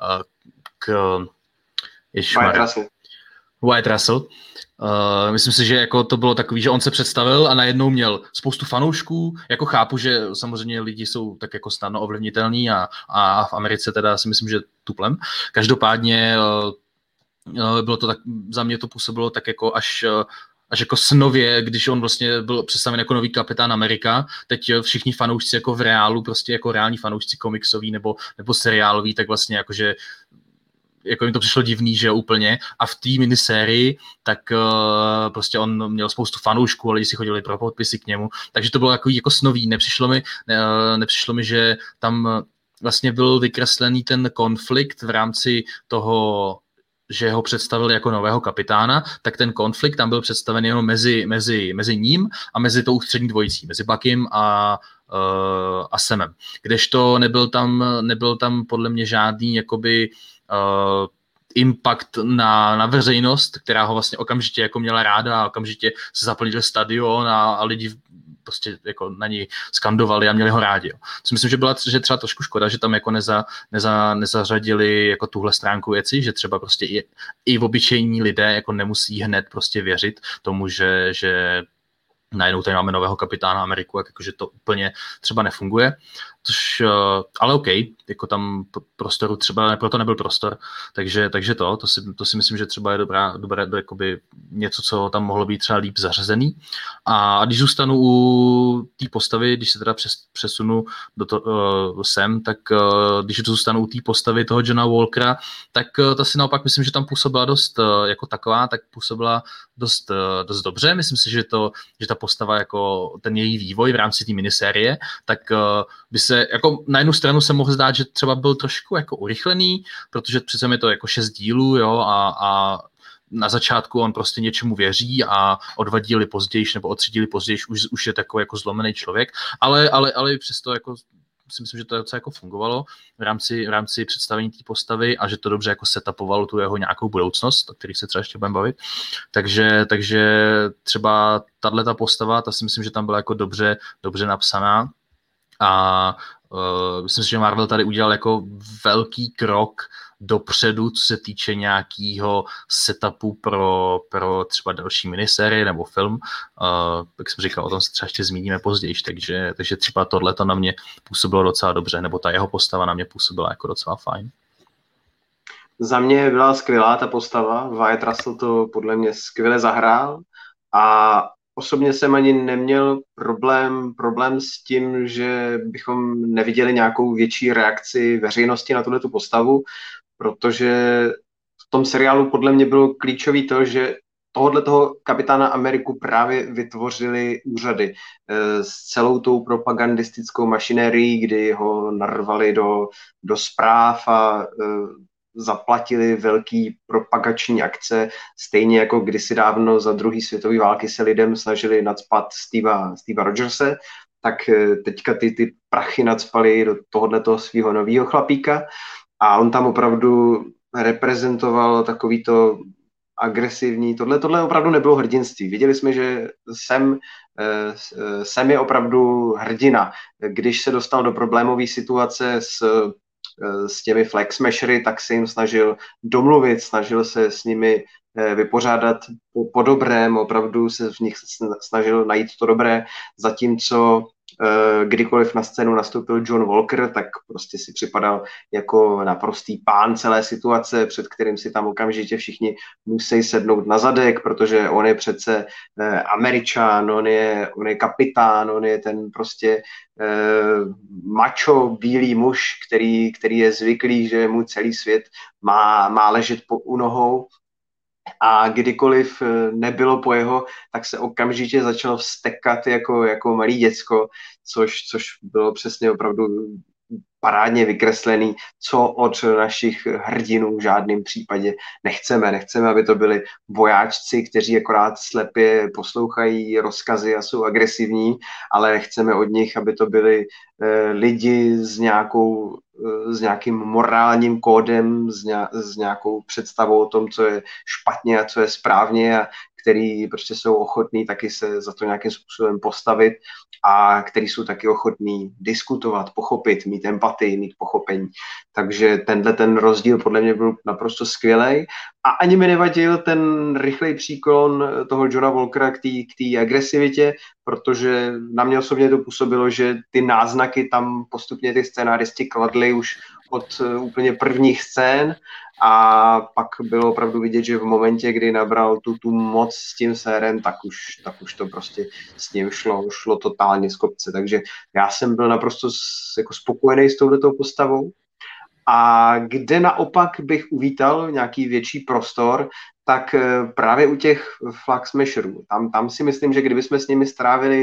Wyatt Russell. Myslím si, že jako to bylo takový, že on se představil a najednou měl spoustu fanoušků. Jako chápu, že samozřejmě lidi jsou tak jako snadno ovlivnitelní a v Americe teda si myslím, že tuplem. Každopádně bylo to tak, za mě to působilo tak jako až jako snově, když on vlastně byl představen jako nový kapitán Amerika, teď všichni fanoušci jako v reálu, prostě jako reální fanoušci komiksoví nebo seriáloví, tak vlastně jakože jako jim to přišlo divný, že úplně. A v té minisérii, tak prostě on měl spoustu fanoušků a lidi si chodili pro podpisy k němu. Takže to bylo jako snový. Nepřišlo mi, že tam vlastně byl vykreslený ten konflikt v rámci toho, že ho představili jako nového kapitána, tak ten konflikt tam byl představen jenom mezi ním a mezi tou střední dvojicí, mezi Buckym a Samem. Kdežto nebyl tam podle mě žádný jakoby impact na veřejnost, která ho vlastně okamžitě jako měla ráda a okamžitě se zaplnil stadion a lidi prostě jako na něj skandovali a měli ho rádi. Jo. Myslím, že třeba trošku škoda, že tam jako nezařadili jako tuhle stránku věci, že třeba prostě i obyčejní lidé jako nemusí hned prostě věřit tomu, že najednou tady máme nového kapitána Ameriku, jakože to úplně třeba nefunguje. Ale OK, jako tam prostoru třeba, proto nebyl prostor, takže to si myslím, že třeba je dobré jakoby něco, co tam mohlo být třeba líp zařazený. A když zůstanu u té postavy, když se teda přesunu sem, tak když zůstanu u té postavy toho Johna Walkera, tak ta si naopak myslím, že tam působila dost jako taková, tak působila dost dobře. Myslím si, že ta postava, jako ten její vývoj v rámci té minisérie, tak by se jako na jednu stranu se mohl zdát, že třeba byl trošku jako urychlený, protože přece je to jako 6 dílů, jo, a na začátku on prostě něčemu věří a o 2 díly později nebo o 3 díly později už je takový jako zlomený člověk, ale přesto jako si myslím, že to docela jako fungovalo v rámci představení té postavy a že to dobře jako setupovalo tu jeho nějakou budoucnost, o kterých se třeba ještě budeme bavit. Takže třeba tato postava, ta si myslím, že tam byla jako dobře napsaná a myslím si, že Marvel tady udělal jako velký krok dopředu, co se týče nějakého setupu pro třeba další minisérie nebo film. Jak jsem říkal, o tom se třeba ještě zmíníme později, takže třeba tohleto na mě působilo docela dobře, nebo ta jeho postava na mě působila jako docela fajn. Za mě byla skvělá ta postava, Wyatt Russell to podle mě skvěle zahrál a osobně jsem ani neměl problém s tím, že bychom neviděli nějakou větší reakci veřejnosti na tuhletu postavu, protože v tom seriálu podle mě bylo klíčový to, že toho kapitána Ameriku právě vytvořili úřady s celou tou propagandistickou mašinérií, kdy ho narvali do zpráv a zaplatili velký propagační akce, stejně jako kdysi dávno za druhé světové války se lidem snažili nacpat Steva Rogerse, tak teďka ty prachy nacpali do tohoto svého nového chlapíka a on tam opravdu reprezentoval takovýto agresivní, tohle opravdu nebylo hrdinství. Viděli jsme, že Sam je opravdu hrdina. Když se dostal do problémové situace s těmi flag smashery, tak se jim snažil domluvit, snažil se s nimi vypořádat po dobrém, opravdu se v nich snažil najít to dobré, zatímco kdykoliv na scénu nastoupil John Walker, tak prostě si připadal jako naprostý pán celé situace, před kterým si tam okamžitě všichni musí sednout na zadek, protože on je přece Američan, on je kapitán, on je ten prostě macho, bílý muž, který je zvyklý, že mu celý svět má ležet u nohou. A kdykoliv nebylo po jeho, tak se okamžitě začal vztekat jako malý děcko, což bylo přesně opravdu parádně vykreslený, co od našich hrdinů v žádném případě nechceme. Nechceme, aby to byli vojáčci, kteří akorát slepě poslouchají rozkazy a jsou agresivní, ale chceme od nich, aby to byli lidi s nějakým morálním kódem, s nějakou představou o tom, co je špatně a co je správně a který prostě jsou ochotní taky se za to nějakým způsobem postavit a který jsou taky ochotní diskutovat, pochopit, mít empatii, mít pochopení. Takže ten rozdíl podle mě byl naprosto skvělej a ani mi nevadil ten rychlej příklon toho Johna Walkera k té agresivitě, protože na mě osobně to působilo, že ty náznaky tam postupně ty scénáristi kladli už od úplně prvních scén a pak bylo opravdu vidět, že v momentě, kdy nabral tu moc s tím sérem, tak už to prostě s ním šlo totálně z kopce. Takže já jsem byl naprosto jako spokojený s touhletou postavou. A kde naopak bych uvítal nějaký větší prostor, tak právě u těch flag smasherů. Tam si myslím, že kdybychom s nimi strávili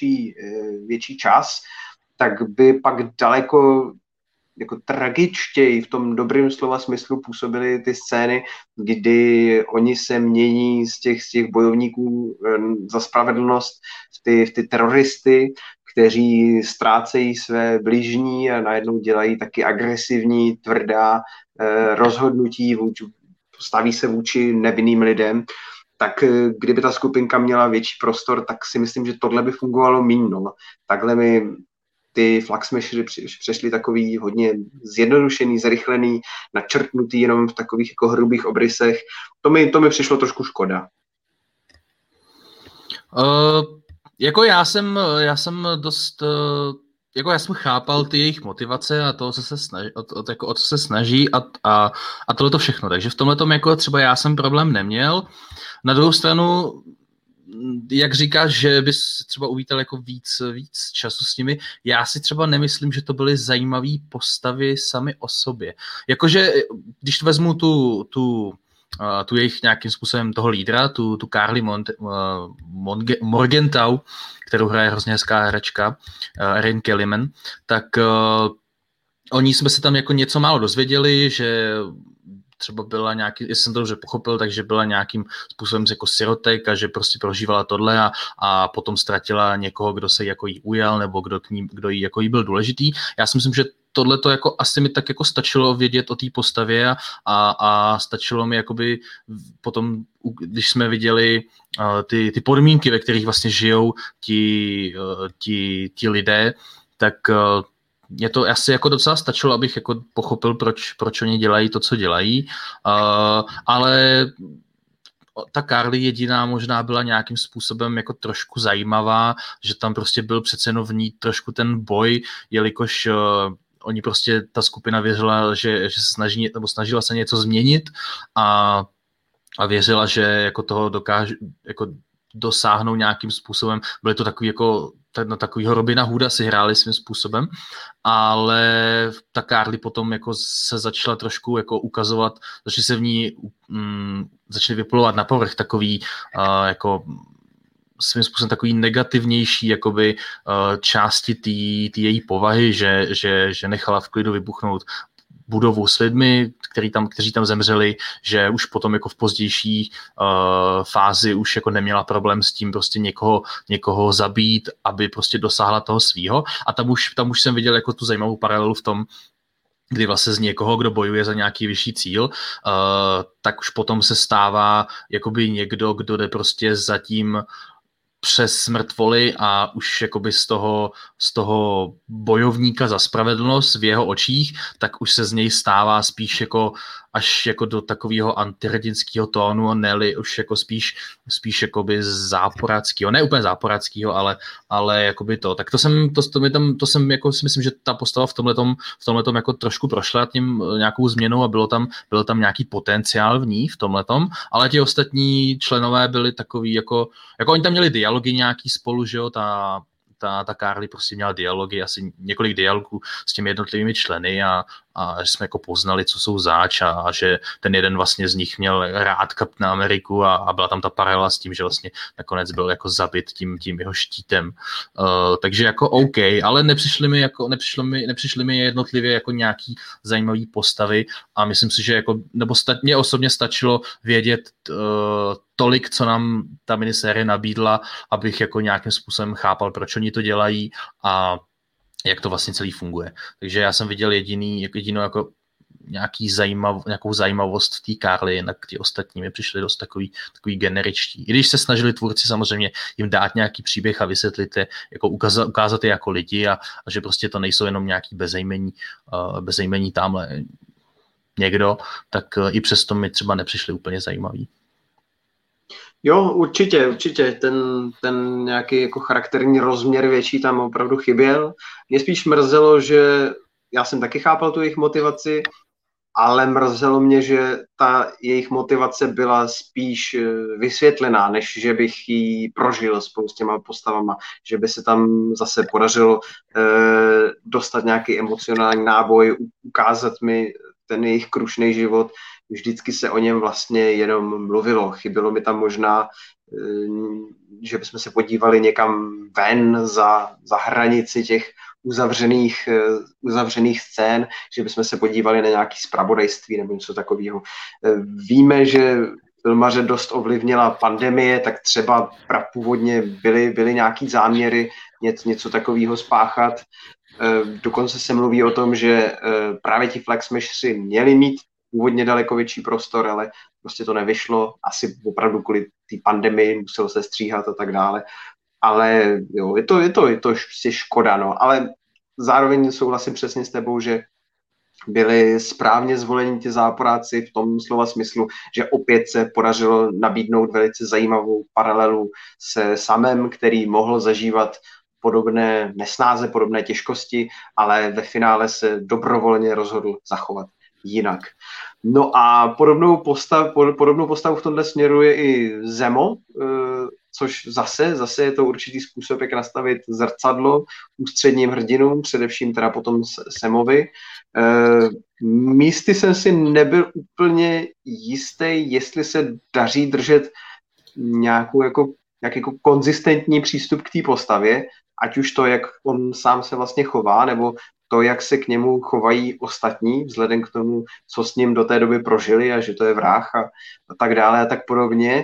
větší čas, tak by pak daleko jako tragičtěji v tom dobrým slova smyslu působily ty scény, kdy oni se mění z těch bojovníků za spravedlnost v ty teroristy, kteří ztrácejí své bližní a najednou dělají taky agresivní, tvrdá rozhodnutí, staví se vůči nevinným lidem. Tak kdyby ta skupinka měla větší prostor, tak si myslím, že tohle by fungovalo míň. No. Takhle mi ty flag smashery přešly takový hodně zjednodušený, zrychlený, načrtnutý jenom v takových jako hrubých obrysech. To mi přišlo trošku škoda. Jako já jsem dost... Jako já jsem chápal ty jejich motivace a to, co se snaží, o co se snaží a tohle to všechno. Takže v tomhletom jako třeba já jsem problém neměl. Na druhou stranu, jak říkáš, že bys třeba uvítal jako víc času s nimi, já si třeba nemyslím, že to byly zajímavé postavy sami o sobě. Jakože, když vezmu tu jejich nějakým způsobem toho lídra, tu Carly Morgenthau, kterou hraje hrozně hezká herečka, Erin Kellyman, tak o ní jsme se tam jako něco málo dozvěděli, že třeba byla nějaký, jestli jsem to dobře pochopil, takže byla nějakým způsobem jako sirotek a že prostě prožívala tohle a potom ztratila někoho, kdo se jako jí ujal nebo kdo jí jako jí byl důležitý. Já si myslím, že tohle to jako asi mi tak jako stačilo vědět o té postavě a stačilo mi jakoby potom, když jsme viděli ty podmínky, ve kterých vlastně žijou ti lidé, tak mě to asi jako docela stačilo, abych jako pochopil, proč oni dělají to, co dělají, ale ta Carly jediná možná byla nějakým způsobem jako trošku zajímavá, že tam prostě byl přece jenom v ní trošku ten boj, jelikož oni prostě, ta skupina věřila, že se snaží, nebo snažila se něco změnit a věřila, že jako toho dokáže jako dosáhnou nějakým způsobem. Byly to takový jako takovýho Robina Hooda si hráli svým způsobem, ale ta Carly potom jako se začala trošku jako ukazovat, začali se v ní začali vyplovat na povrch takový jako svým způsobem takový negativnější jakoby části té její povahy, že nechala v klidu vybuchnout budovu s lidmi, kteří tam zemřeli, že už potom jako v pozdější fázi už jako neměla problém s tím prostě někoho zabít, aby prostě dosáhla toho svýho. A tam už jsem viděl jako tu zajímavou paralelu v tom, kdy vlastně z někoho, kdo bojuje za nějaký vyšší cíl, tak už potom se stává jakoby někdo, kdo jde prostě za tím přes mrtvoly a už jakoby z toho bojovníka za spravedlnost v jeho očích, tak už se z něj stává spíš jako až jako do takového antirdinského tónu, ne-li už jako spíš jakoby záporáckého, ne úplně záporáckého, ale jakoby to. Tak to jsem jako si myslím, že ta postava v tomhletom jako trošku prošla tím nějakou změnou a byl tam nějaký potenciál v ní v tomhletom, ale ti ostatní členové byli takový jako oni tam měli dialogy nějaký spolu, že jo, ta Carly prostě měla dialogy, asi několik dialogů s těmi jednotlivými členy a že jsme jako poznali, co jsou zač a že ten jeden vlastně z nich měl rád Kapitana Ameriku a byla tam ta paralela s tím, že vlastně nakonec byl jako zabit tím jeho štítem. Takže jako OK, ale nepřišly mi jednotlivě jako nějaký zajímavý postavy a myslím si, že jako, nebo mě osobně stačilo vědět tolik, co nám ta minisérie nabídla, abych jako nějakým způsobem chápal, proč oni to dělají a jak to vlastně celý funguje. Takže já jsem viděl jedinou jako nějakou zajímavost v té Carly, jinak ty ostatní mi přišly dost takový generičtí. I když se snažili tvůrci samozřejmě jim dát nějaký příběh a vysvětlit je, jako ukázat je jako lidi a že prostě to nejsou jenom nějaký bezejmení tamhle někdo, tak i přesto mi třeba nepřišli úplně zajímavý. Jo, určitě. Ten nějaký jako charakterní rozměr větší tam opravdu chyběl. Mě spíš mrzelo, že já jsem taky chápal tu jejich motivaci, ale mrzelo mě, že ta jejich motivace byla spíš vysvětlená, než že bych ji prožil spolu s těma postavama, že by se tam zase podařilo dostat nějaký emocionální náboj, ukázat mi ten jejich krušný život. Vždycky se o něm vlastně jenom mluvilo. Chybělo mi tam možná, že bychom se podívali někam ven za hranici těch uzavřených scén, že bychom se podívali na nějaké zpravodajství nebo něco takového. Víme, že filmaře dost ovlivnila pandemie, tak třeba původně byly nějaký záměry něco takového spáchat. Dokonce se mluví o tom, že právě ti Flag Smashři měli mít původně daleko větší prostor, ale prostě to nevyšlo. Asi opravdu kvůli té pandemii muselo se stříhat a tak dále. Ale jo, je to škoda, no. Ale zároveň souhlasím přesně s tebou, že byli správně zvoleni ti záporáci v tom slova smyslu, že opět se podařilo nabídnout velice zajímavou paralelu se Samem, který mohl zažívat podobné nesnáze, podobné těžkosti, ale ve finále se dobrovolně rozhodl zachovat jinak. No a podobnou postavu v tomhle směru je i Zemo, což zase je to určitý způsob, jak nastavit zrcadlo ústředním hrdinům, především teda potom Samovi. Místy jsem si nebyl úplně jistý, jestli se daří držet nějaký jako konzistentní přístup k té postavě, ať už to, jak on sám se vlastně chová, nebo to, jak se k němu chovají ostatní, vzhledem k tomu, co s ním do té doby prožili a že to je vrah a tak dále a tak podobně.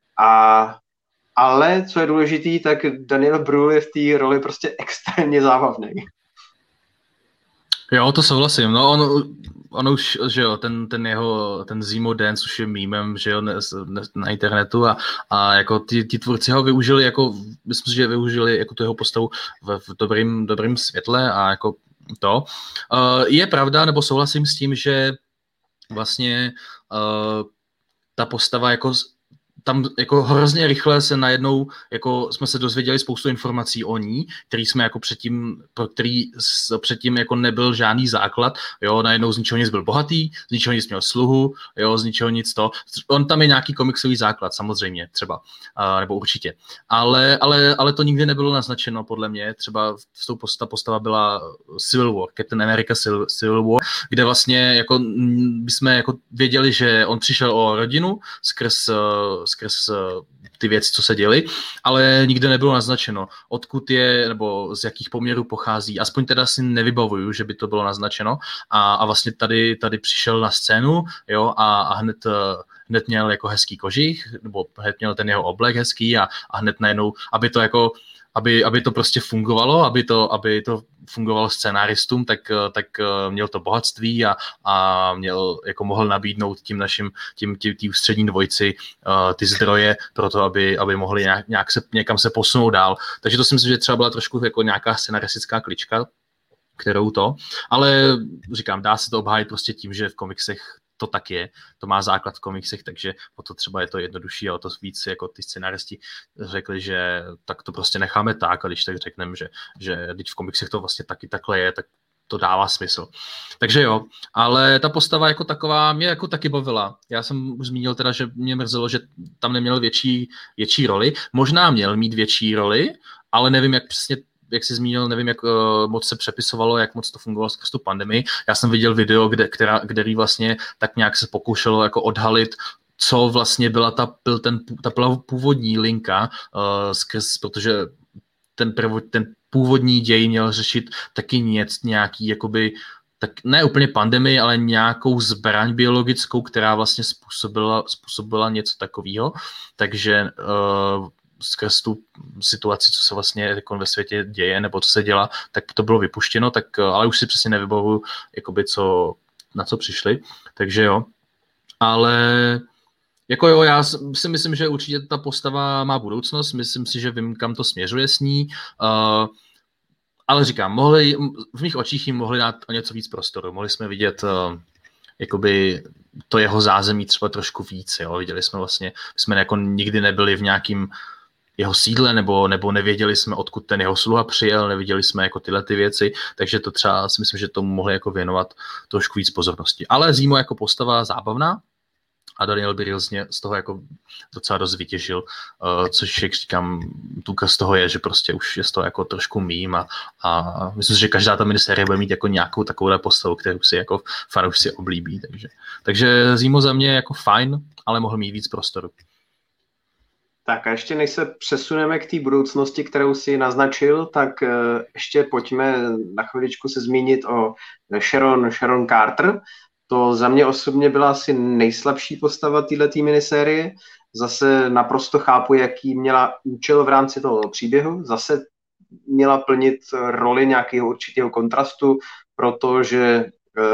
Ale co je důležitý, tak Daniel Brühl je v té roli prostě extrémně zábavný. Jo, to souhlasím. No, on už, že jo, ten Zemo Dance už je mýmem, že jo, na internetu a jako ti tvůrci ho využili, jako, myslím, že využili jako tu jeho postavu v dobrým světle a jako to. Je pravda, nebo souhlasím s tím, že vlastně ta postava jako tam jako hrozně rychle se najednou, jako jsme se dozvěděli spoustu informací o ní, pro který předtím jako nebyl žádný základ, jo, najednou z ničeho nic byl bohatý, z ničeho nic měl sluhu, jo, z ničeho nic to. On tam je nějaký komiksový základ, samozřejmě, třeba, nebo určitě. Ale to nikdy nebylo naznačeno, podle mě, třeba ta postava byla Civil War, Captain America Civil War, kde vlastně jako bychom jako věděli, že on přišel o rodinu skrz ty věci, co se děly, ale nikde nebylo naznačeno, odkud je, nebo z jakých poměrů pochází. Aspoň teda si nevybavuju, že by to bylo naznačeno. A vlastně tady přišel na scénu, jo, a hned měl jako hezký kožich, nebo hned měl ten jeho oblek hezký a hned najednou, aby to prostě fungovalo, aby to fungovalo scénáristům, tak měl to bohatství a mohl nabídnout tím ústřední dvojci ty zdroje pro to, aby mohli někam se posunout dál. Takže to si myslím, že třeba byla trošku jako nějaká scenaristická klička, ale říkám, dá se to obhájit prostě tím, že v komiksech to tak je, to má základ v komiksech, takže o to třeba je to jednodušší a o to víc jako ty scenaristi řekli, že tak to prostě necháme tak a když tak řekneme, že když v komiksech to vlastně taky takhle je, tak to dává smysl. Takže jo, ale ta postava jako taková mě jako taky bavila. Já jsem už zmínil teda, že mě mrzelo, že tam neměl větší roli. Možná měl mít větší roli, ale nevím, jak jsi zmínil, nevím, jak moc se přepisovalo, jak moc to fungovalo skrz tu pandemii. Já jsem viděl video, který vlastně tak nějak se pokoušelo jako odhalit, co vlastně byla ta původní linka, protože ten původní děj měl řešit taky nějaký, jakoby, tak ne úplně pandemii, ale nějakou zbraň biologickou, která vlastně způsobila něco takového. Takže skrz tu situaci, co se vlastně ve světě děje, nebo co se dělá, tak to bylo vypuštěno, ale už si přesně nevybavuju, jakoby na co přišli. Takže jo. Ale jako jo, já si myslím, že určitě ta postava má budoucnost, myslím si, že vím, kam to směřuje s ní, ale říkám, v mých očích jim mohli dát o něco víc prostoru, mohli jsme vidět jakoby to jeho zázemí třeba trošku víc, jo. Viděli jsme vlastně, jsme jako nikdy nebyli v nějakým jeho sídle, nebo nevěděli jsme, odkud ten jeho sluha přijel, neviděli jsme jako tyhle ty věci, takže to třeba si myslím, že tomu mohli jako věnovat trošku víc pozornosti. Ale Zemo jako postava zábavná a Daniel Brühl z toho jako docela dost vytěžil, což, jak říkám, důkaz toho je, že prostě už je z toho jako trošku mím a myslím si, že každá ta minisérie bude mít jako nějakou takovou postavu, kterou si jako fanoušci oblíbí, takže Zemo za mě je jako fajn, ale mohl mít víc prostoru. Tak a ještě než se přesuneme k té budoucnosti, kterou si naznačil, tak ještě pojďme na chviličku se zmínit o Sharon Carter. To za mě osobně byla asi nejslabší postava této minisérie. Zase naprosto chápu, jaký měla účel v rámci toho příběhu. Zase měla plnit roli nějakého určitého kontrastu, protože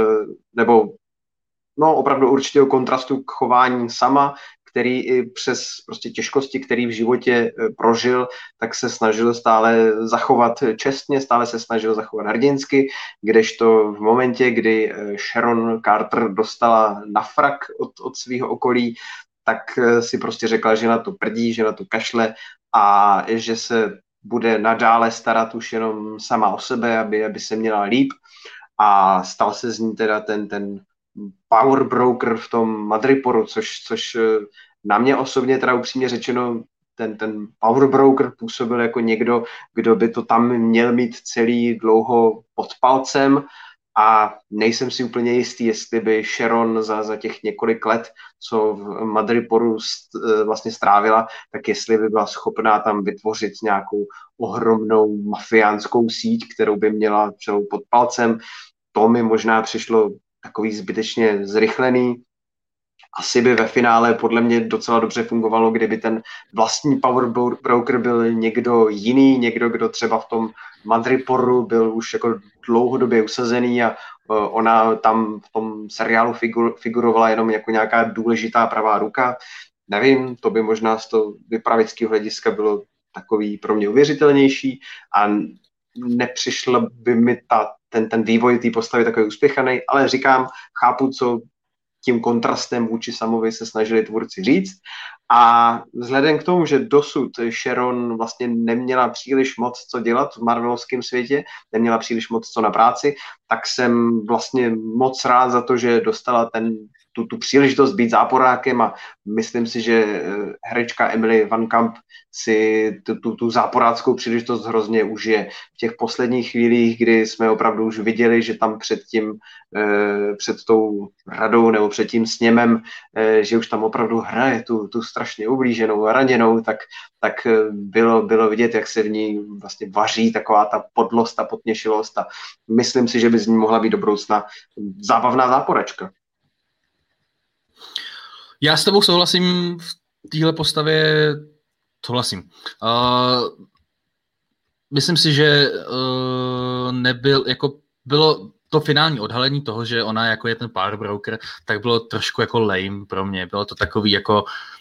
opravdu určitého kontrastu k chování sama, který i přes prostě těžkosti, který v životě prožil, tak se snažil stále zachovat čestně, stále se snažil zachovat hrdinsky, kdežto v momentě, kdy Sharon Carter dostala na frak od svého okolí, tak si prostě řekla, že na to prdí, že na to kašle a že se bude nadále starat už jenom sama o sebe, aby se měla líp a stal se z ní teda ten power broker v tom Madriporu, což na mě osobně teda upřímně řečeno ten power broker působil jako někdo, kdo by to tam měl mít celý dlouho pod palcem a nejsem si úplně jistý, jestli by Sharon za těch několik let, co v Madriporu vlastně strávila, tak jestli by byla schopná tam vytvořit nějakou ohromnou mafiánskou síť, kterou by měla celou pod palcem. To mi možná přišlo takový zbytečně zrychlený. Asi by ve finále podle mě docela dobře fungovalo, kdyby ten vlastní power broker byl někdo jiný, někdo, kdo třeba v tom Madriporu byl už jako dlouhodobě usazený a ona tam v tom seriálu figurovala jenom jako nějaká důležitá pravá ruka. Nevím, to by možná z toho vypravěckého hlediska bylo takový pro mě uvěřitelnější a nepřišla by mi ten vývoj té postavy takový uspěchaný, ale říkám, chápu, co tím kontrastem vůči Samovi se snažili tvůrci říct. A vzhledem k tomu, že dosud Sharon vlastně neměla příliš moc co dělat v marvelovském světě, neměla příliš moc co na práci, tak jsem vlastně moc rád za to, že dostala tu příležitost být záporákem a myslím si, že herečka Emily Van Camp si tu záporáckou příležitost hrozně užije. V těch posledních chvílích, kdy jsme opravdu už viděli, že tam před tou radou nebo před tím sněmem, že už tam opravdu hraje tu strašně ublíženou, raněnou, tak bylo vidět, jak se v ní vlastně vaří taková ta podlost a potněšilost a myslím si, že by z ní mohla být do budoucna zábavná záporačka. Já s tebou souhlasím v téhle postavě, souhlasím. Myslím si, že bylo to finální odhalení toho, že ona jako je ten power broker, tak bylo trošku jako lame pro mě. Bylo to takový jako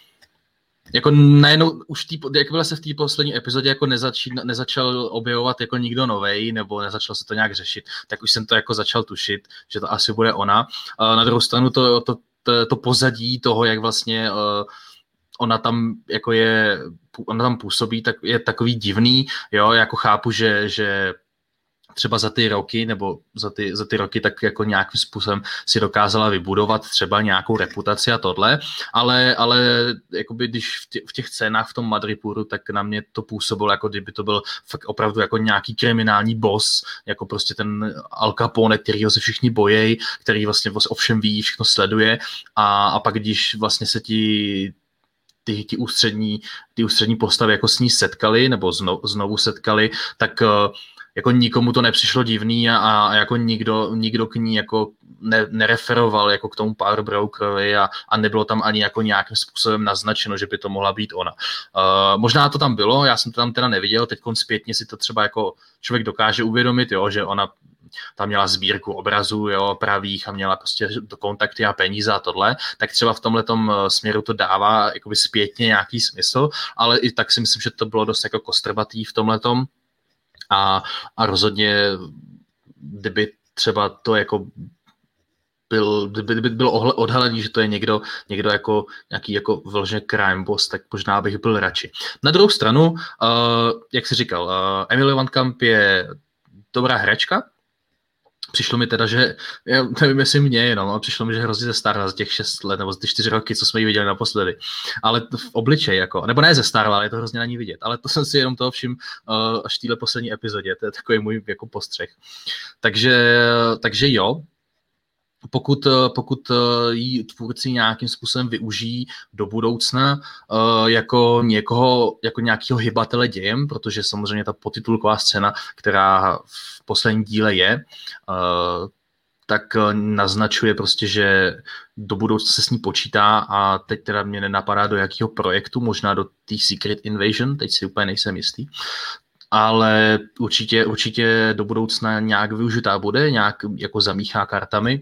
najednou už jakmile se v té poslední epizodě jako nezačal objevovat jako nikdo novej, nebo nezačal se to nějak řešit, tak už jsem to jako začal tušit, že to asi bude ona. Na druhou stranu to pozadí toho, jak vlastně ona tam působí, tak je takový divný, jo, jako chápu, že třeba za ty roky, nebo za ty roky tak jako nějakým způsobem si dokázala vybudovat třeba nějakou reputaci a tohle, ale jakoby když v těch scénách v tom Madriporu, tak na mě to působilo, jako kdyby to byl fakt opravdu jako nějaký kriminální boss, jako prostě ten Al Capone, kterýho se všichni bojejí, který vlastně o všem ví, všechno sleduje a pak když vlastně se ty ústřední postavy jako s ní setkali, nebo znovu setkali, tak jako nikomu to nepřišlo divný a jako nikdo k ní jako nereferoval jako k tomu power brokerovi a nebylo tam ani jako nějakým způsobem naznačeno, že by to mohla být ona. Možná to tam bylo, já jsem to tam teda neviděl, teď zpětně si to třeba jako člověk dokáže uvědomit, jo, že ona tam měla sbírku obrazů, jo, pravých a měla prostě kontakty a peníze a tohle, tak třeba v tomhletom směru to dává jakoby zpětně nějaký smysl, ale i tak si myslím, že to bylo dost jako kostrbatý v tomhletom. A rozhodně, kdyby třeba to jako kdyby bylo odhalený, že to je někdo jako nějaký jako vlžně crime boss, tak možná bych byl radši. Na druhou stranu, jak jsi říkal, Emily Van Camp je dobrá herečka. Přišlo mi teda, že, já nevím, jestli mě jenom, ale přišlo mi, že hrozně zestárla za těch 6 let, nebo za ty 4 roky, co jsme ji viděli naposledy. Ale v obličeji, jako, nebo ne zestárla, ale je to hrozně na ní vidět. Ale to jsem si jenom toho všiml až v téhle poslední epizodě, to je takový můj jako postřeh. Takže jo, pokud jí tvůrci nějakým způsobem využijí do budoucna jako nějakého hybatele dějem, protože samozřejmě ta podtitulková scéna, která v posledním díle je, tak naznačuje prostě, že do budoucna se s ní počítá a teď teda mě nenapadá do jakého projektu, možná do té Secret Invasion, teď si úplně nejsem jistý, ale určitě do budoucna nějak využitá bude, nějak jako zamíchá kartami.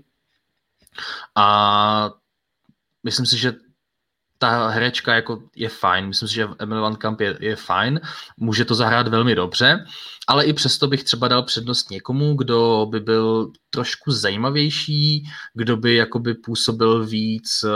A myslím si, že ta herečka jako je fajn. Myslím si, že Emily Van Camp je fajn. Může to zahrát velmi dobře, ale i přesto bych třeba dal přednost někomu, kdo by byl trošku zajímavější, kdo by jakoby působil víc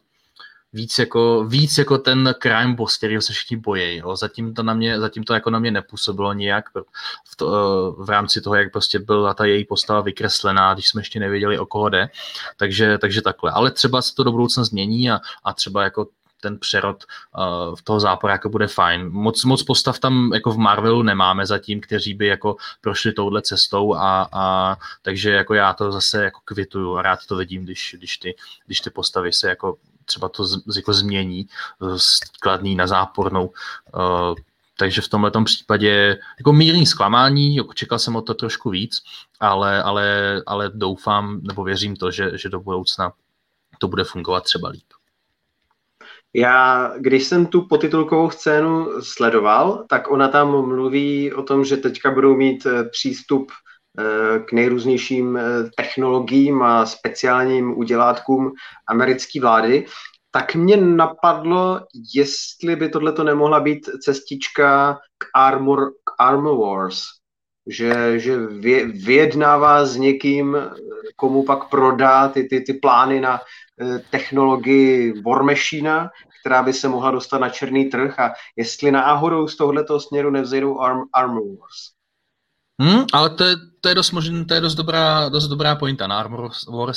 jako ten crime boss, kterýho se všichni bojí. Zatím to jako na mě nepůsobilo nijak v rámci toho, jak prostě byla ta její postava vykreslená, když jsme ještě nevěděli, o koho jde. Takže takhle. Ale třeba se to do budoucna změní a třeba jako ten přerod v toho záporáka bude fajn. Moc postav tam jako v Marvelu nemáme zatím, kteří by jako prošli touhle cestou a takže jako já to zase jako kvituju a rád to vidím, když ty postavy se jako třeba to jako změní z kladný na zápornou. Takže v tomhletom případě jako mírný zklamání, jako čekal jsem o to trošku víc, ale doufám nebo věřím to, že do budoucna to bude fungovat třeba líp. Já, když jsem tu podtitulkovou scénu sledoval, tak ona tam mluví o tom, že teďka budou mít přístup k nejrůznějším technologiím a speciálním udělátkům americké vlády, tak mě napadlo, jestli by tohleto nemohla být cestička k Armor Wars, že vyjednává s někým, komu pak prodá ty plány na technologii War Machine, která by se mohla dostat na černý trh a jestli náhodou z tohoto směru nevzejdou Armor Wars. Ale to je dost možný, to je dost dobrá pointa. Na Armor Wars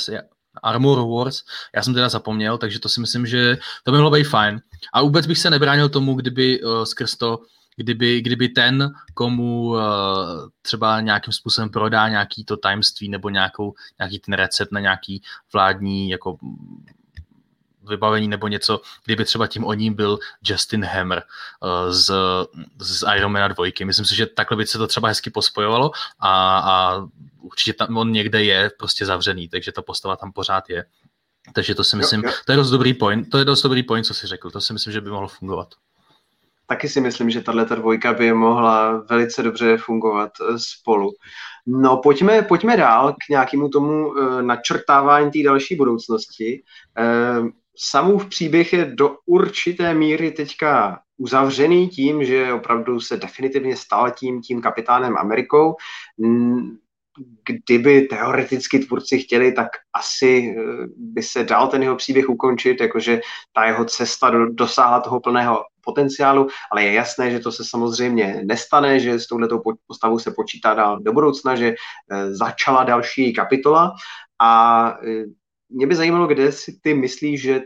Armor Wars, já jsem teda zapomněl, takže to si myslím, že to by mohlo být fajn. A vůbec bych se nebránil tomu, kdyby skrz to, kdyby ten, komu třeba nějakým způsobem prodá nějaký to tajemství nebo nějaký ten recept na nějaký vládní jako vybavení nebo něco, kdyby třeba tím o ním byl Justin Hammer z Iron Mana 2. Myslím si, že takhle by se to třeba hezky pospojovalo a určitě tam on někde je prostě zavřený, takže ta postava tam pořád je. Takže to si myslím, to je dost dobrý point, co jsi řekl, to si myslím, že by mohlo fungovat. Taky si myslím, že tato dvojka by mohla velice dobře fungovat spolu. No, pojďme dál k nějakému tomu načrtávání té další budoucnosti. Samův příběh je do určité míry teďka uzavřený tím, že opravdu se definitivně stal tím kapitánem Amerikou. Kdyby teoreticky tvůrci chtěli, tak asi by se dal ten jeho příběh ukončit, jakože ta jeho cesta dosáhla toho plného potenciálu, ale je jasné, že to se samozřejmě nestane, že s touhletou postavou se počítá dál do budoucna, že začala další kapitola a mě by zajímalo, kde si ty myslíš, že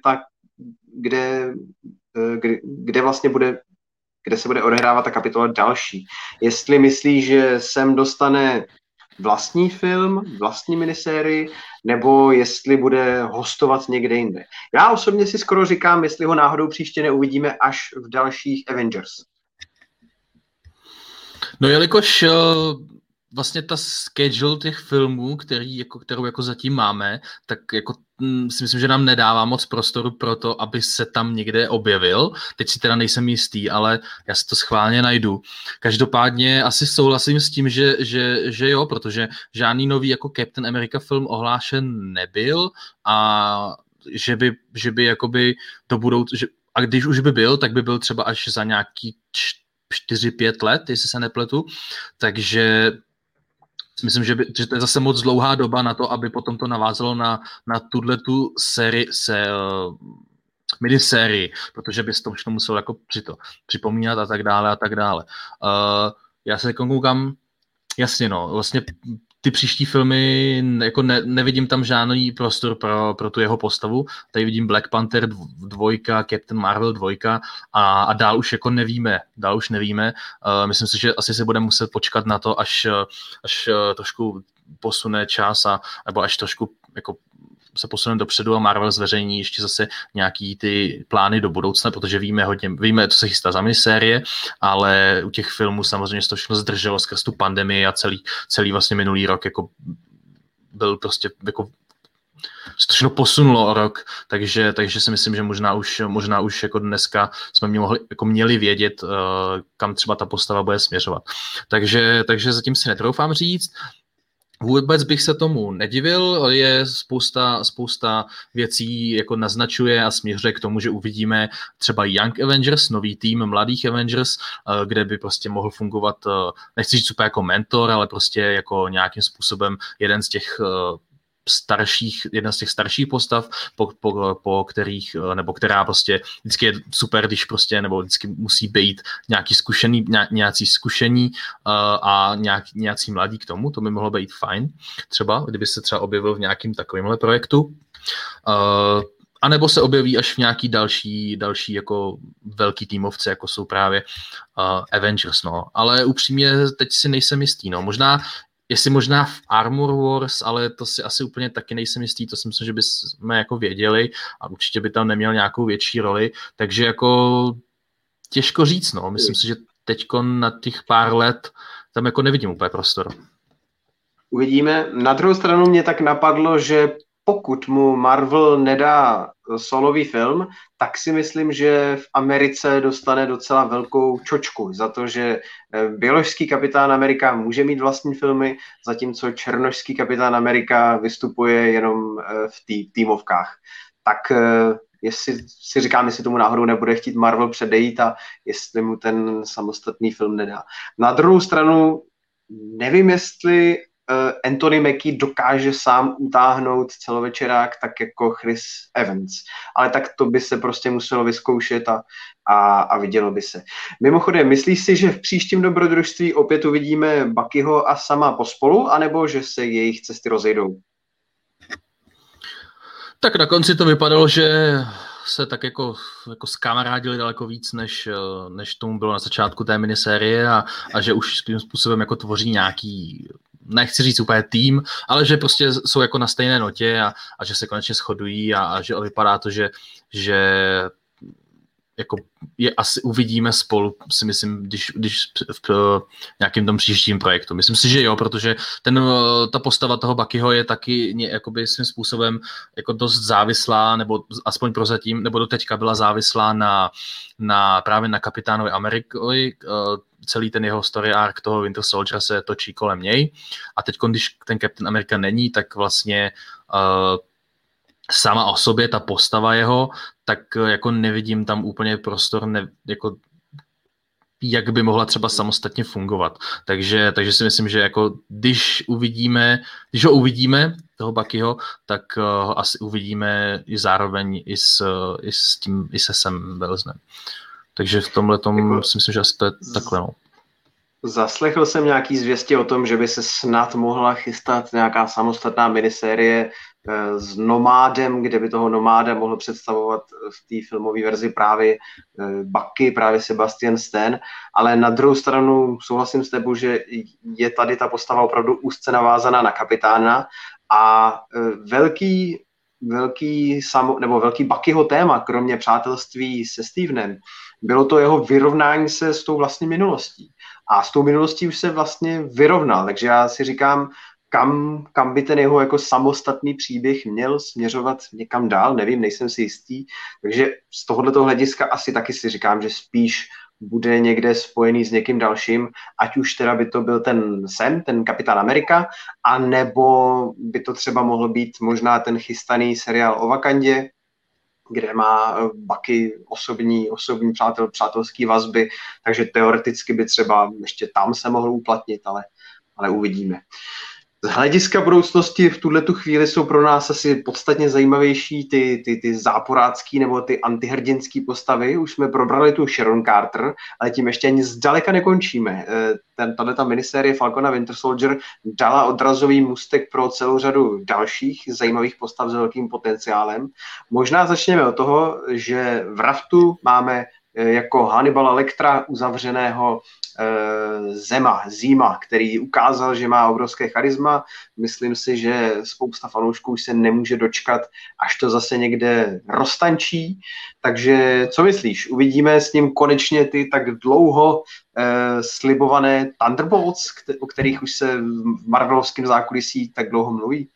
kde vlastně kde se bude odehrávat ta kapitola další. Jestli myslíš, že sem dostane vlastní film, vlastní minisérii, nebo jestli bude hostovat někde jinde. Já osobně si skoro říkám, jestli ho náhodou příště neuvidíme až v dalších Avengers. No jelikož vlastně ta schedule těch filmů, kterou jako zatím máme, tak jako si myslím, že nám nedává moc prostoru pro to, aby se tam někde objevil. Teď si teda nejsem jistý, ale já si to schválně najdu. Každopádně asi souhlasím s tím, že jo, protože žádný nový jako Captain America film ohlášen nebyl a že by jakoby to budou, a když už by byl, tak by byl třeba až za nějaký 4-5 let, jestli se nepletu. Takže myslím, že to je zase moc dlouhá doba na to, aby potom to navázalo na tuhletu minisérii, protože by se to všechno muselo jako připomínat a tak dále a tak dále. Já se koukám, jasně no, vlastně ty příští filmy, jako nevidím tam žádný prostor pro tu jeho postavu. Tady vidím Black Panther 2, Captain Marvel 2 a dál už jako nevíme. Myslím si, že asi se bude muset počkat na to, až trošku posune čas nebo až trošku jako se posuneme dopředu a Marvel zveřejní ještě zase nějaký ty plány do budoucna, protože víme, co se chystá za minisérie, ale u těch filmů samozřejmě se to všechno zdrželo skrz tu pandemii a celý vlastně minulý rok jako byl prostě jako se to všechno posunulo o rok, takže si myslím, že možná už jako dneska jsme měli vědět, kam třeba ta postava bude směřovat. Takže zatím si netroufám říct. Vůbec bych se tomu nedivil, je spousta věcí jako naznačuje a směřuje k tomu, že uvidíme třeba Young Avengers, nový tým mladých Avengers, kde by prostě mohl fungovat, nechci říct super jako mentor, ale prostě jako nějakým způsobem jeden z těch starších postav, po kterých, nebo která prostě vždycky je super, když prostě, nebo vždycky musí být nějací zkušení a nějací mladí k tomu, to by mohlo být fajn, třeba, kdyby se třeba objevil v nějakým takovémhle projektu. A nebo se objeví až v nějaký další jako velký týmovce, jako jsou právě Avengers, no. Ale upřímně teď si nejsem jistý, no. Možná v Armor Wars, ale to si asi úplně taky nejsem jistý, to si myslím, že bychom jako věděli a určitě by tam neměl nějakou větší roli, takže jako těžko říct, no. Myslím si, že teďko na těch pár let tam jako nevidím úplně prostor. Uvidíme. Na druhou stranu mě tak napadlo, že pokud mu Marvel nedá solový film, tak si myslím, že v Americe dostane docela velkou čočku za to, že běložský kapitán Amerika může mít vlastní filmy, zatímco černošský kapitán Amerika vystupuje jenom v týmovkách. Tak jestli si říkám, jestli tomu náhodou nebude chtít Marvel předejít a jestli mu ten samostatný film nedá. Na druhou stranu nevím, jestli Anthony Mackie dokáže sám utáhnout celovečerák tak jako Chris Evans. Ale tak to by se prostě muselo vyzkoušet a vidělo by se. Mimochodem, myslíš si, že v příštím dobrodružství opět uvidíme Buckyho a Sama pospolu, anebo že se jejich cesty rozejdou? Tak na konci to vypadalo, že se tak jako zkamarádili daleko víc, než tomu bylo na začátku té minisérie a že už tím způsobem jako tvoří nějaký, nechci říct úplně tým, ale že prostě jsou jako na stejné notě a že se konečně shodují a že vypadá to, že jako je asi uvidíme spolu, si myslím, když v nějakým tom příštím projektu. Myslím si, že jo, protože ta postava toho Buckyho je taky jakoby svým způsobem jako dost závislá, nebo aspoň prozatím, nebo doteďka byla závislá právě na kapitánovi Amerikovi. Celý ten jeho story arc toho Winter Soldiera se točí kolem něj. A teď, když ten Captain America není, tak vlastně sama o sobě, ta postava jeho, tak jako nevidím tam úplně prostor, jako jak by mohla třeba samostatně fungovat. Takže si myslím, že jako když ho uvidíme, toho Buckyho, tak ho asi uvidíme i zároveň i se Sam Wilsonem. Takže v tomhletom jako, si myslím, že asi to je takhle, no. Zaslechl jsem nějaký zvěsti o tom, že by se snad mohla chystat nějaká samostatná minisérie s Nomádem, kde by toho Nomáda mohl představovat v té filmové verzi právě Bucky, právě Sebastian Stan, ale na druhou stranu souhlasím s tebou, že je tady ta postava opravdu úzce navázaná na kapitána a velký Buckyho téma, kromě přátelství se Stevenem, bylo to jeho vyrovnání se s tou vlastní minulostí. A s tou minulostí už se vlastně vyrovnal, takže já si říkám, kam by ten jeho jako samostatný příběh měl směřovat někam dál, nevím, nejsem si jistý. Takže z tohoto hlediska asi taky si říkám, že spíš bude někde spojený s někým dalším, ať už teda by to byl ten Sam, ten Kapitán Amerika, a nebo by to třeba mohl být možná ten chystaný seriál o Wakandě, kde má Bucky osobní přátelský vazby, takže teoreticky by třeba ještě tam se mohl uplatnit, ale uvidíme. Z hlediska budoucnosti v tuhletu chvíli jsou pro nás asi podstatně zajímavější ty záporácký nebo ty antihrdinský postavy. Už jsme probrali tu Sharon Carter, ale tím ještě ani zdaleka nekončíme. Tato minisérie Falcon a Winter Soldier dala odrazový můstek pro celou řadu dalších zajímavých postav s velkým potenciálem. Možná začněme od toho, že v Raftu máme jako Hannibala Lectera uzavřeného Zima, který ukázal, že má obrovské charisma. Myslím si, že spousta fanoušků už se nemůže dočkat, až to zase někde roztančí. Takže co myslíš? Uvidíme s ním konečně ty tak dlouho slibované Thunderbolts, o kterých už se v marvelovském zákulisí tak dlouho mluví?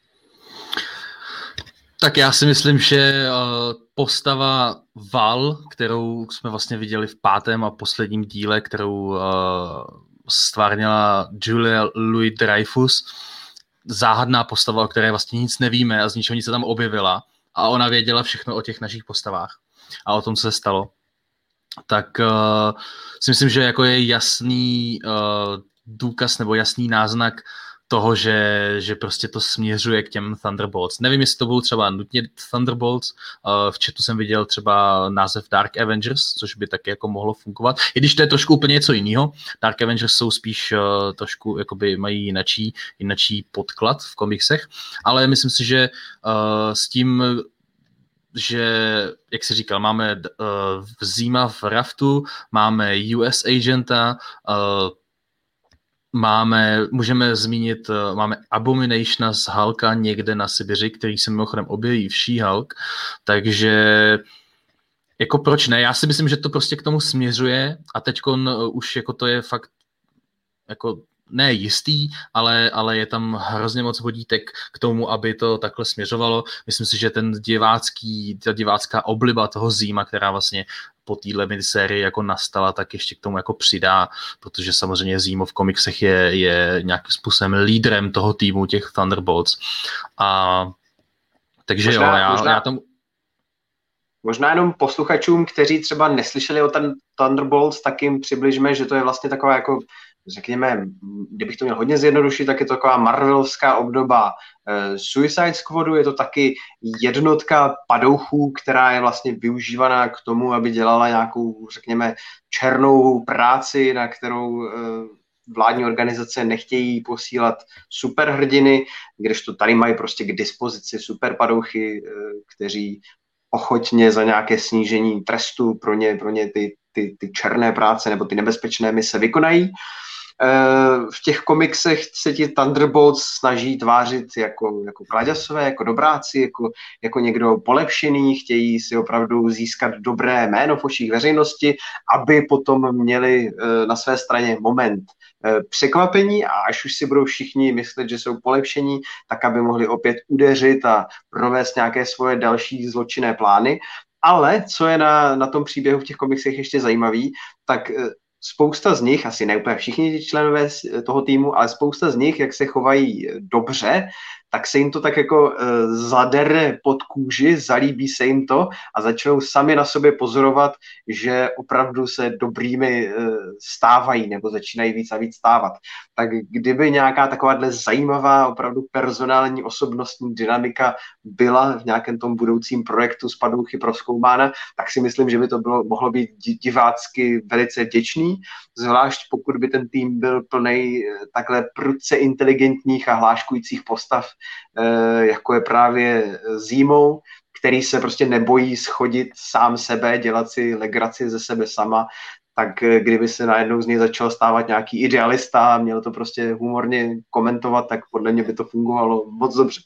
Tak já si myslím, že postava Val, kterou jsme vlastně viděli v 5. a posledním díle, kterou stvárnila Julia Louis-Dreyfus, záhadná postava, o které vlastně nic nevíme a z ničeho nic se tam objevila a ona věděla všechno o těch našich postavách a o tom, co se stalo. Tak si myslím, že jako je jasný důkaz nebo jasný náznak toho, že prostě to směřuje k těm Thunderbolts. Nevím, jestli to budou třeba nutně Thunderbolts. V chatu jsem viděl třeba název Dark Avengers, což by taky jako mohlo fungovat. I když to je trošku úplně něco jiného. Dark Avengers jsou spíš trošku, jakoby mají jinačí podklad v komiksech, ale myslím si, že s tím, že, jak jsi říkal, máme Zima v Raftu, máme US Agenta, můžeme zmínit, máme Abominationa z Hulka někde na Sibiři, který se mimochodem objeví v She-Hulk, takže jako proč ne? Já si myslím, že to prostě k tomu směřuje a teďkon už jako to je fakt jako ne jistý, ale je tam hrozně moc vodítek k tomu, aby to takhle směřovalo. Myslím si, že ta divácká obliba toho Zima, která vlastně po téhle minisérii jako nastala, tak ještě k tomu jako přidá, protože samozřejmě Zimo v komiksech je nějakým způsobem lídrem toho týmu těch Thunderbolts. Takže já tomu... Možná jenom posluchačům, kteří třeba neslyšeli o ten Thunderbolts, tak jim přibližme, že to je vlastně taková jako, řekněme, kdybych to měl hodně zjednodušit, tak je to taková marvelovská obdoba Suicide Squadu, je to taky jednotka padouchů, která je vlastně využívaná k tomu, aby dělala nějakou, řekněme, černou práci, na kterou vládní organizace nechtějí posílat superhrdiny, kdežto tady mají prostě k dispozici superpadouchy, kteří ochotně za nějaké snížení trestu pro ně ty černé práce nebo ty nebezpečné mise vykonají. V těch komiksech se ti Thunderbolts snaží tvářit jako kladěsové, jako dobráci, jako někdo polepšený, chtějí si opravdu získat dobré jméno v očích veřejnosti, aby potom měli na své straně moment překvapení a až už si budou všichni myslet, že jsou polepšení, tak aby mohli opět udeřit a provést nějaké svoje další zločinné plány. Ale co je na tom příběhu v těch komiksech ještě zajímavý, tak spousta z nich, asi ne úplně všichni členové toho týmu, ale spousta z nich, jak se chovají dobře, tak se jim to tak jako zadere pod kůži, zalíbí se jim to a začnou sami na sobě pozorovat, že opravdu se dobrými stávají nebo začínají víc a víc stávat. Tak kdyby nějaká takováhle zajímavá, opravdu personální osobnostní dynamika byla v nějakém tom budoucím projektu Spadouchy prozkoumána, tak si myslím, že by to mohlo být divácky velice vděčný, zvlášť pokud by ten tým byl plnej takhle prudce inteligentních a hláškujících postav, jako je právě Zemo, který se prostě nebojí schodit sám sebe, dělat si legraci ze sebe sama, tak kdyby se najednou z něj začal stávat nějaký idealista a měl to prostě humorně komentovat, tak podle mě by to fungovalo moc dobře.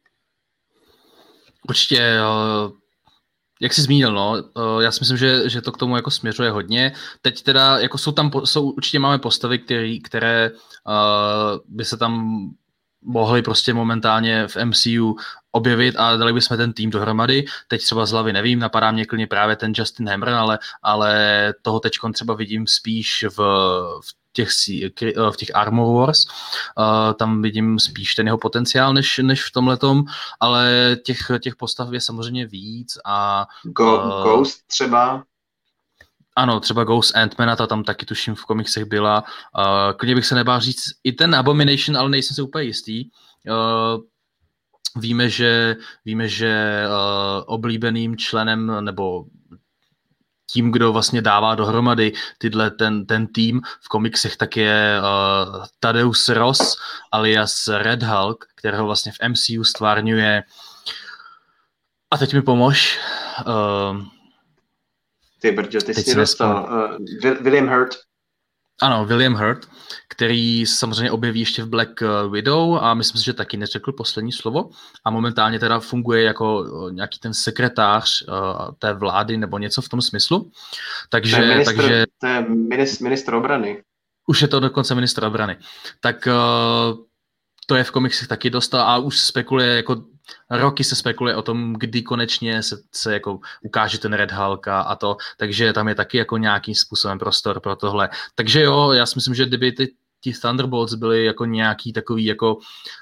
Určitě, jak jsi zmínil, no, já si myslím, že to k tomu jako směřuje hodně. Teď teda, jako určitě máme postavy, které by se tam mohli prostě momentálně v MCU objevit a dali bychom ten tým dohromady. Teď třeba z hlavy nevím, napadá mě klidně právě ten Justin Hammer, ale toho teďkon třeba vidím spíš v těch Armor Wars. Tam vidím spíš ten jeho potenciál než v tomhletom, ale těch postav je samozřejmě víc a Ghost třeba. Ano, třeba Ghost Ant-Mana, ta tam taky tuším v komiksech byla. Klidně bych se nebál říct i ten Abomination, ale nejsem si úplně jistý. Víme, že oblíbeným členem nebo tím, kdo vlastně dává dohromady ten tým v komiksech, tak je Thaddeus Ross alias Red Hulk, kterého vlastně v MCU stvárňuje. A teď mi pomož. Ty brďo, ty jsi dostal. William Hurt. Ano, William Hurt, který samozřejmě objeví ještě v Black Widow a myslím si, že taky neřekl poslední slovo a momentálně teda funguje jako nějaký ten sekretář té vlády nebo něco v tom smyslu. Takže to je ministr obrany. Už je to dokonce ministr obrany. Tak to je v komiksech taky dost a už spekuluje, jako roky se spekuluje o tom, kdy konečně se jako ukáže ten Red Hulk a to, takže tam je taky jako nějakým způsobem prostor pro tohle. Takže jo, já si myslím, že kdyby ti Thunderbolts byli jako nějaký takový jako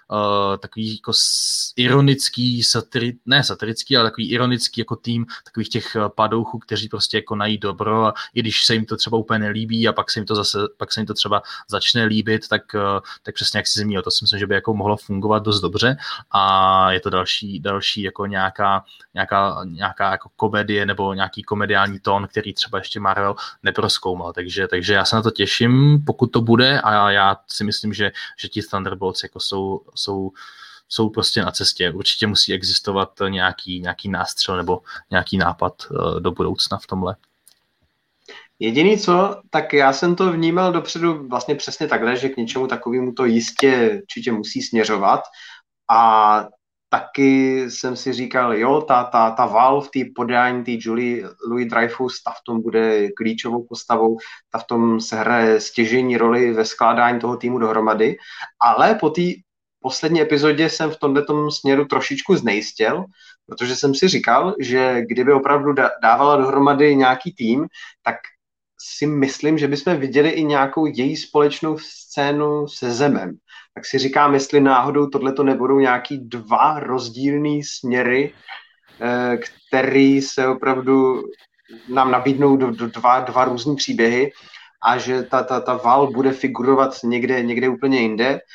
ironický, ne satirický, ale takový ironický jako tým takových těch padouchů, kteří prostě jako nají dobro a i když se jim to třeba úplně nelíbí a pak se jim to třeba začne líbit, tak přesně jak si zmínil, to si myslím, že by jako mohlo fungovat dost dobře a je to další jako nějaká jako komedie nebo nějaký komediální tón, který třeba ještě Marvel neprozkoumal, takže já se na to těším, pokud to bude a já si myslím, že ti Thunderbolts jako jsou prostě na cestě. Určitě musí existovat nějaký nástřel nebo nějaký nápad do budoucna v tomhle. Jediný co, tak já jsem to vnímal dopředu vlastně přesně takhle, že k něčemu takovému to jistě určitě musí směřovat a taky jsem si říkal, jo, ta Val v té podání té Julie Louis-Dreyfus, ta v tom bude klíčovou postavou, ta v tom se hraje stěžejní roli ve skládání toho týmu dohromady, ale po té poslední epizodě jsem v tomto směru trošičku znejistěl, protože jsem si říkal, že kdyby opravdu dávala dohromady nějaký tým, tak si myslím, že bychom viděli i nějakou její společnou scénu se Zemem. Tak si říkám, jestli náhodou tohleto nebudou nějaký dva rozdílný směry, který se opravdu nám nabídnou do dva různý příběhy a že ta Val bude figurovat někde úplně jinde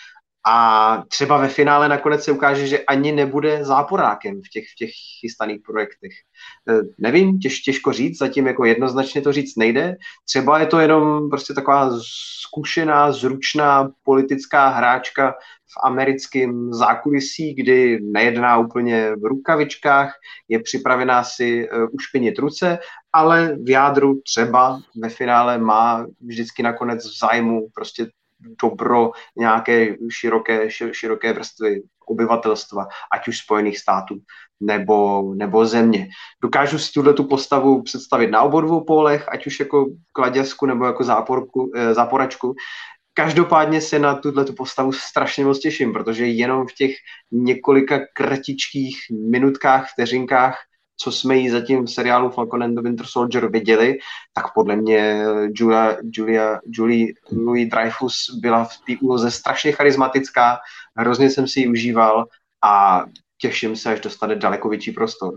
A třeba ve finále nakonec se ukáže, že ani nebude záporákem v těch chystaných projektech. Nevím, těžko říct, zatím jako jednoznačně to říct nejde. Třeba je to jenom prostě taková zkušená, zručná politická hráčka v americkém zákulisí, kdy nejedná úplně v rukavičkách, je připravená si ušpinit ruce, ale v jádru třeba ve finále má vždycky nakonec v zájmu prostě dobro nějaké široké vrstvy obyvatelstva, ať už Spojených států nebo země. Dokážu si tu postavu představit na obou dvou pólech, ať už jako kladězku nebo jako záporačku. Každopádně se na tuto postavu strašně moc těším, protože jenom v těch několika kratičkých minutkách, vteřinkách, co jsme jí zatím v seriálu Falcon and the Winter Soldier viděli, tak podle mě Julie Louis-Dreyfus byla v té úloze strašně charismatická, hrozně jsem si ji užíval a těším se, až dostane daleko větší prostor.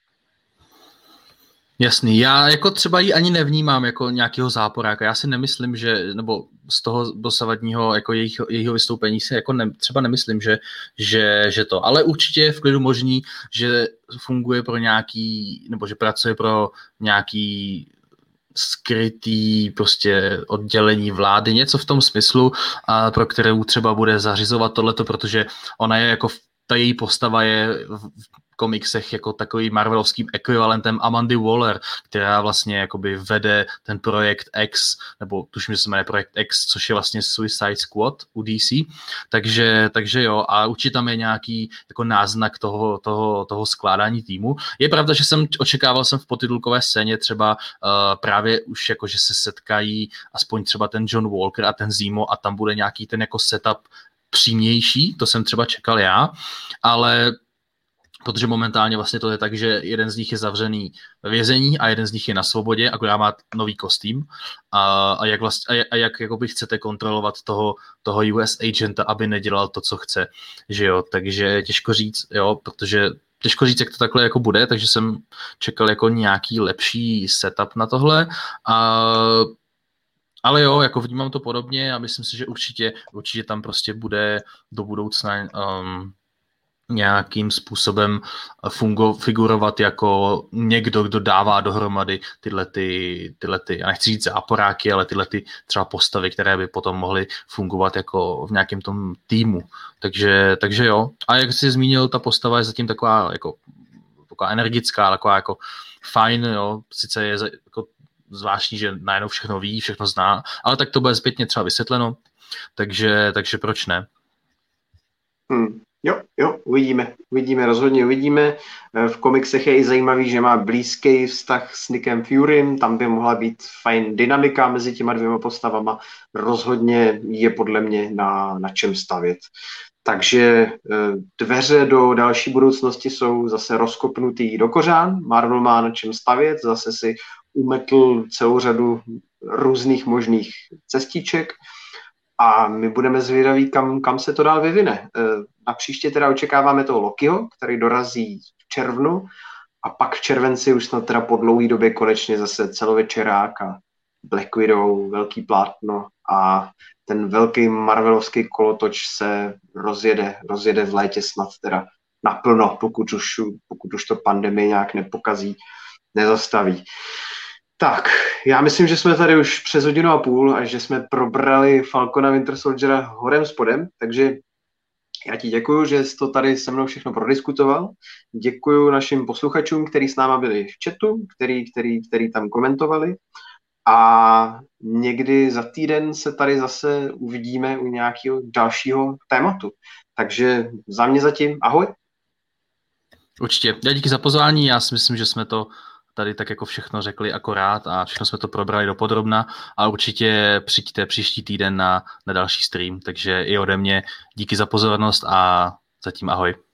Jasný, já jako třeba ji ani nevnímám jako nějakého záporáka, já si nemyslím, nebo z toho dosavadního jako jejího vystoupení si jako třeba nemyslím, že to, ale určitě je v klidu možný, že funguje pro nějaký, nebo že pracuje pro nějaký skrytý prostě oddělení vlády, něco v tom smyslu, a pro kterou třeba bude zařizovat tohleto, protože ona je jako ta její postava je v komiksech jako takový marvelovským ekvivalentem Amandy Waller, která vlastně jakoby vede ten projekt X, nebo tuším, že se jmenuje projekt X, což je vlastně Suicide Squad u DC, takže jo, a určitě tam je nějaký jako náznak toho skládání týmu. Je pravda, že očekával jsem v podtitulkové scéně třeba právě už jako, že se setkají aspoň třeba ten John Walker a ten Zemo a tam bude nějaký ten jako setup přímější, to jsem třeba čekal já, ale protože momentálně vlastně to je tak, že jeden z nich je zavřený ve vězení a jeden z nich je na svobodě, akorát má nový kostým a jak jakoby chcete kontrolovat toho US agenta, aby nedělal to, co chce, že jo, takže těžko říct, jo, protože těžko říct, jak to takhle jako bude, takže jsem čekal jako nějaký lepší setup na tohle ale jo, jako vnímám to podobně a myslím si, že určitě tam prostě bude do budoucna nějakým způsobem figurovat jako někdo, kdo dává dohromady tyhle, já nechci říct záporáky, ale tyhle třeba postavy, které by potom mohly fungovat jako v nějakém tom týmu. Takže jo. A jak jsi zmínil, ta postava je zatím taková energická, taková jako fajn, jo. Sice je jako zvláštní, že najednou všechno ví, všechno zná, ale tak to bude zpětně třeba vysvětleno, takže proč ne? Jo, rozhodně uvidíme. V komiksech je i zajímavý, že má blízký vztah s Nickem Furym, tam by mohla být fajn dynamika mezi těma dvěma postavama. Rozhodně je podle mě na čem stavět. Takže dveře do další budoucnosti jsou zase rozkopnutý do kořán. Marvel má na čem stavět, zase si umetl celou řadu různých možných cestiček a my budeme zvědaví, kam se to dál vyvine. Na příště teda očekáváme toho Lokiho, který dorazí v červnu a pak v červenci už snad teda po dlouhé době konečně zase celovečerák a Black Widow, velký plátno a ten velký marvelovský kolotoč se rozjede v létě snad teda naplno, pokud už to pandemie nějak nepokazí, nezastaví. Tak, já myslím, že jsme tady už přes 1,5 hodiny a že jsme probrali Falcona Winter Soldiera horem spodem, takže já ti děkuju, že jsi to tady se mnou všechno prodiskutoval. Děkuju našim posluchačům, kteří s náma byli v chatu, který tam komentovali. A někdy za týden se tady zase uvidíme u nějakého dalšího tématu. Takže za mě zatím ahoj. Určitě. Já díky za pozvání. Já si myslím, že jsme to tady tak jako všechno řekli akorát a všechno jsme to probrali dopodrobna a určitě přijďte příští týden na další stream. Takže i ode mě díky za pozornost a zatím ahoj.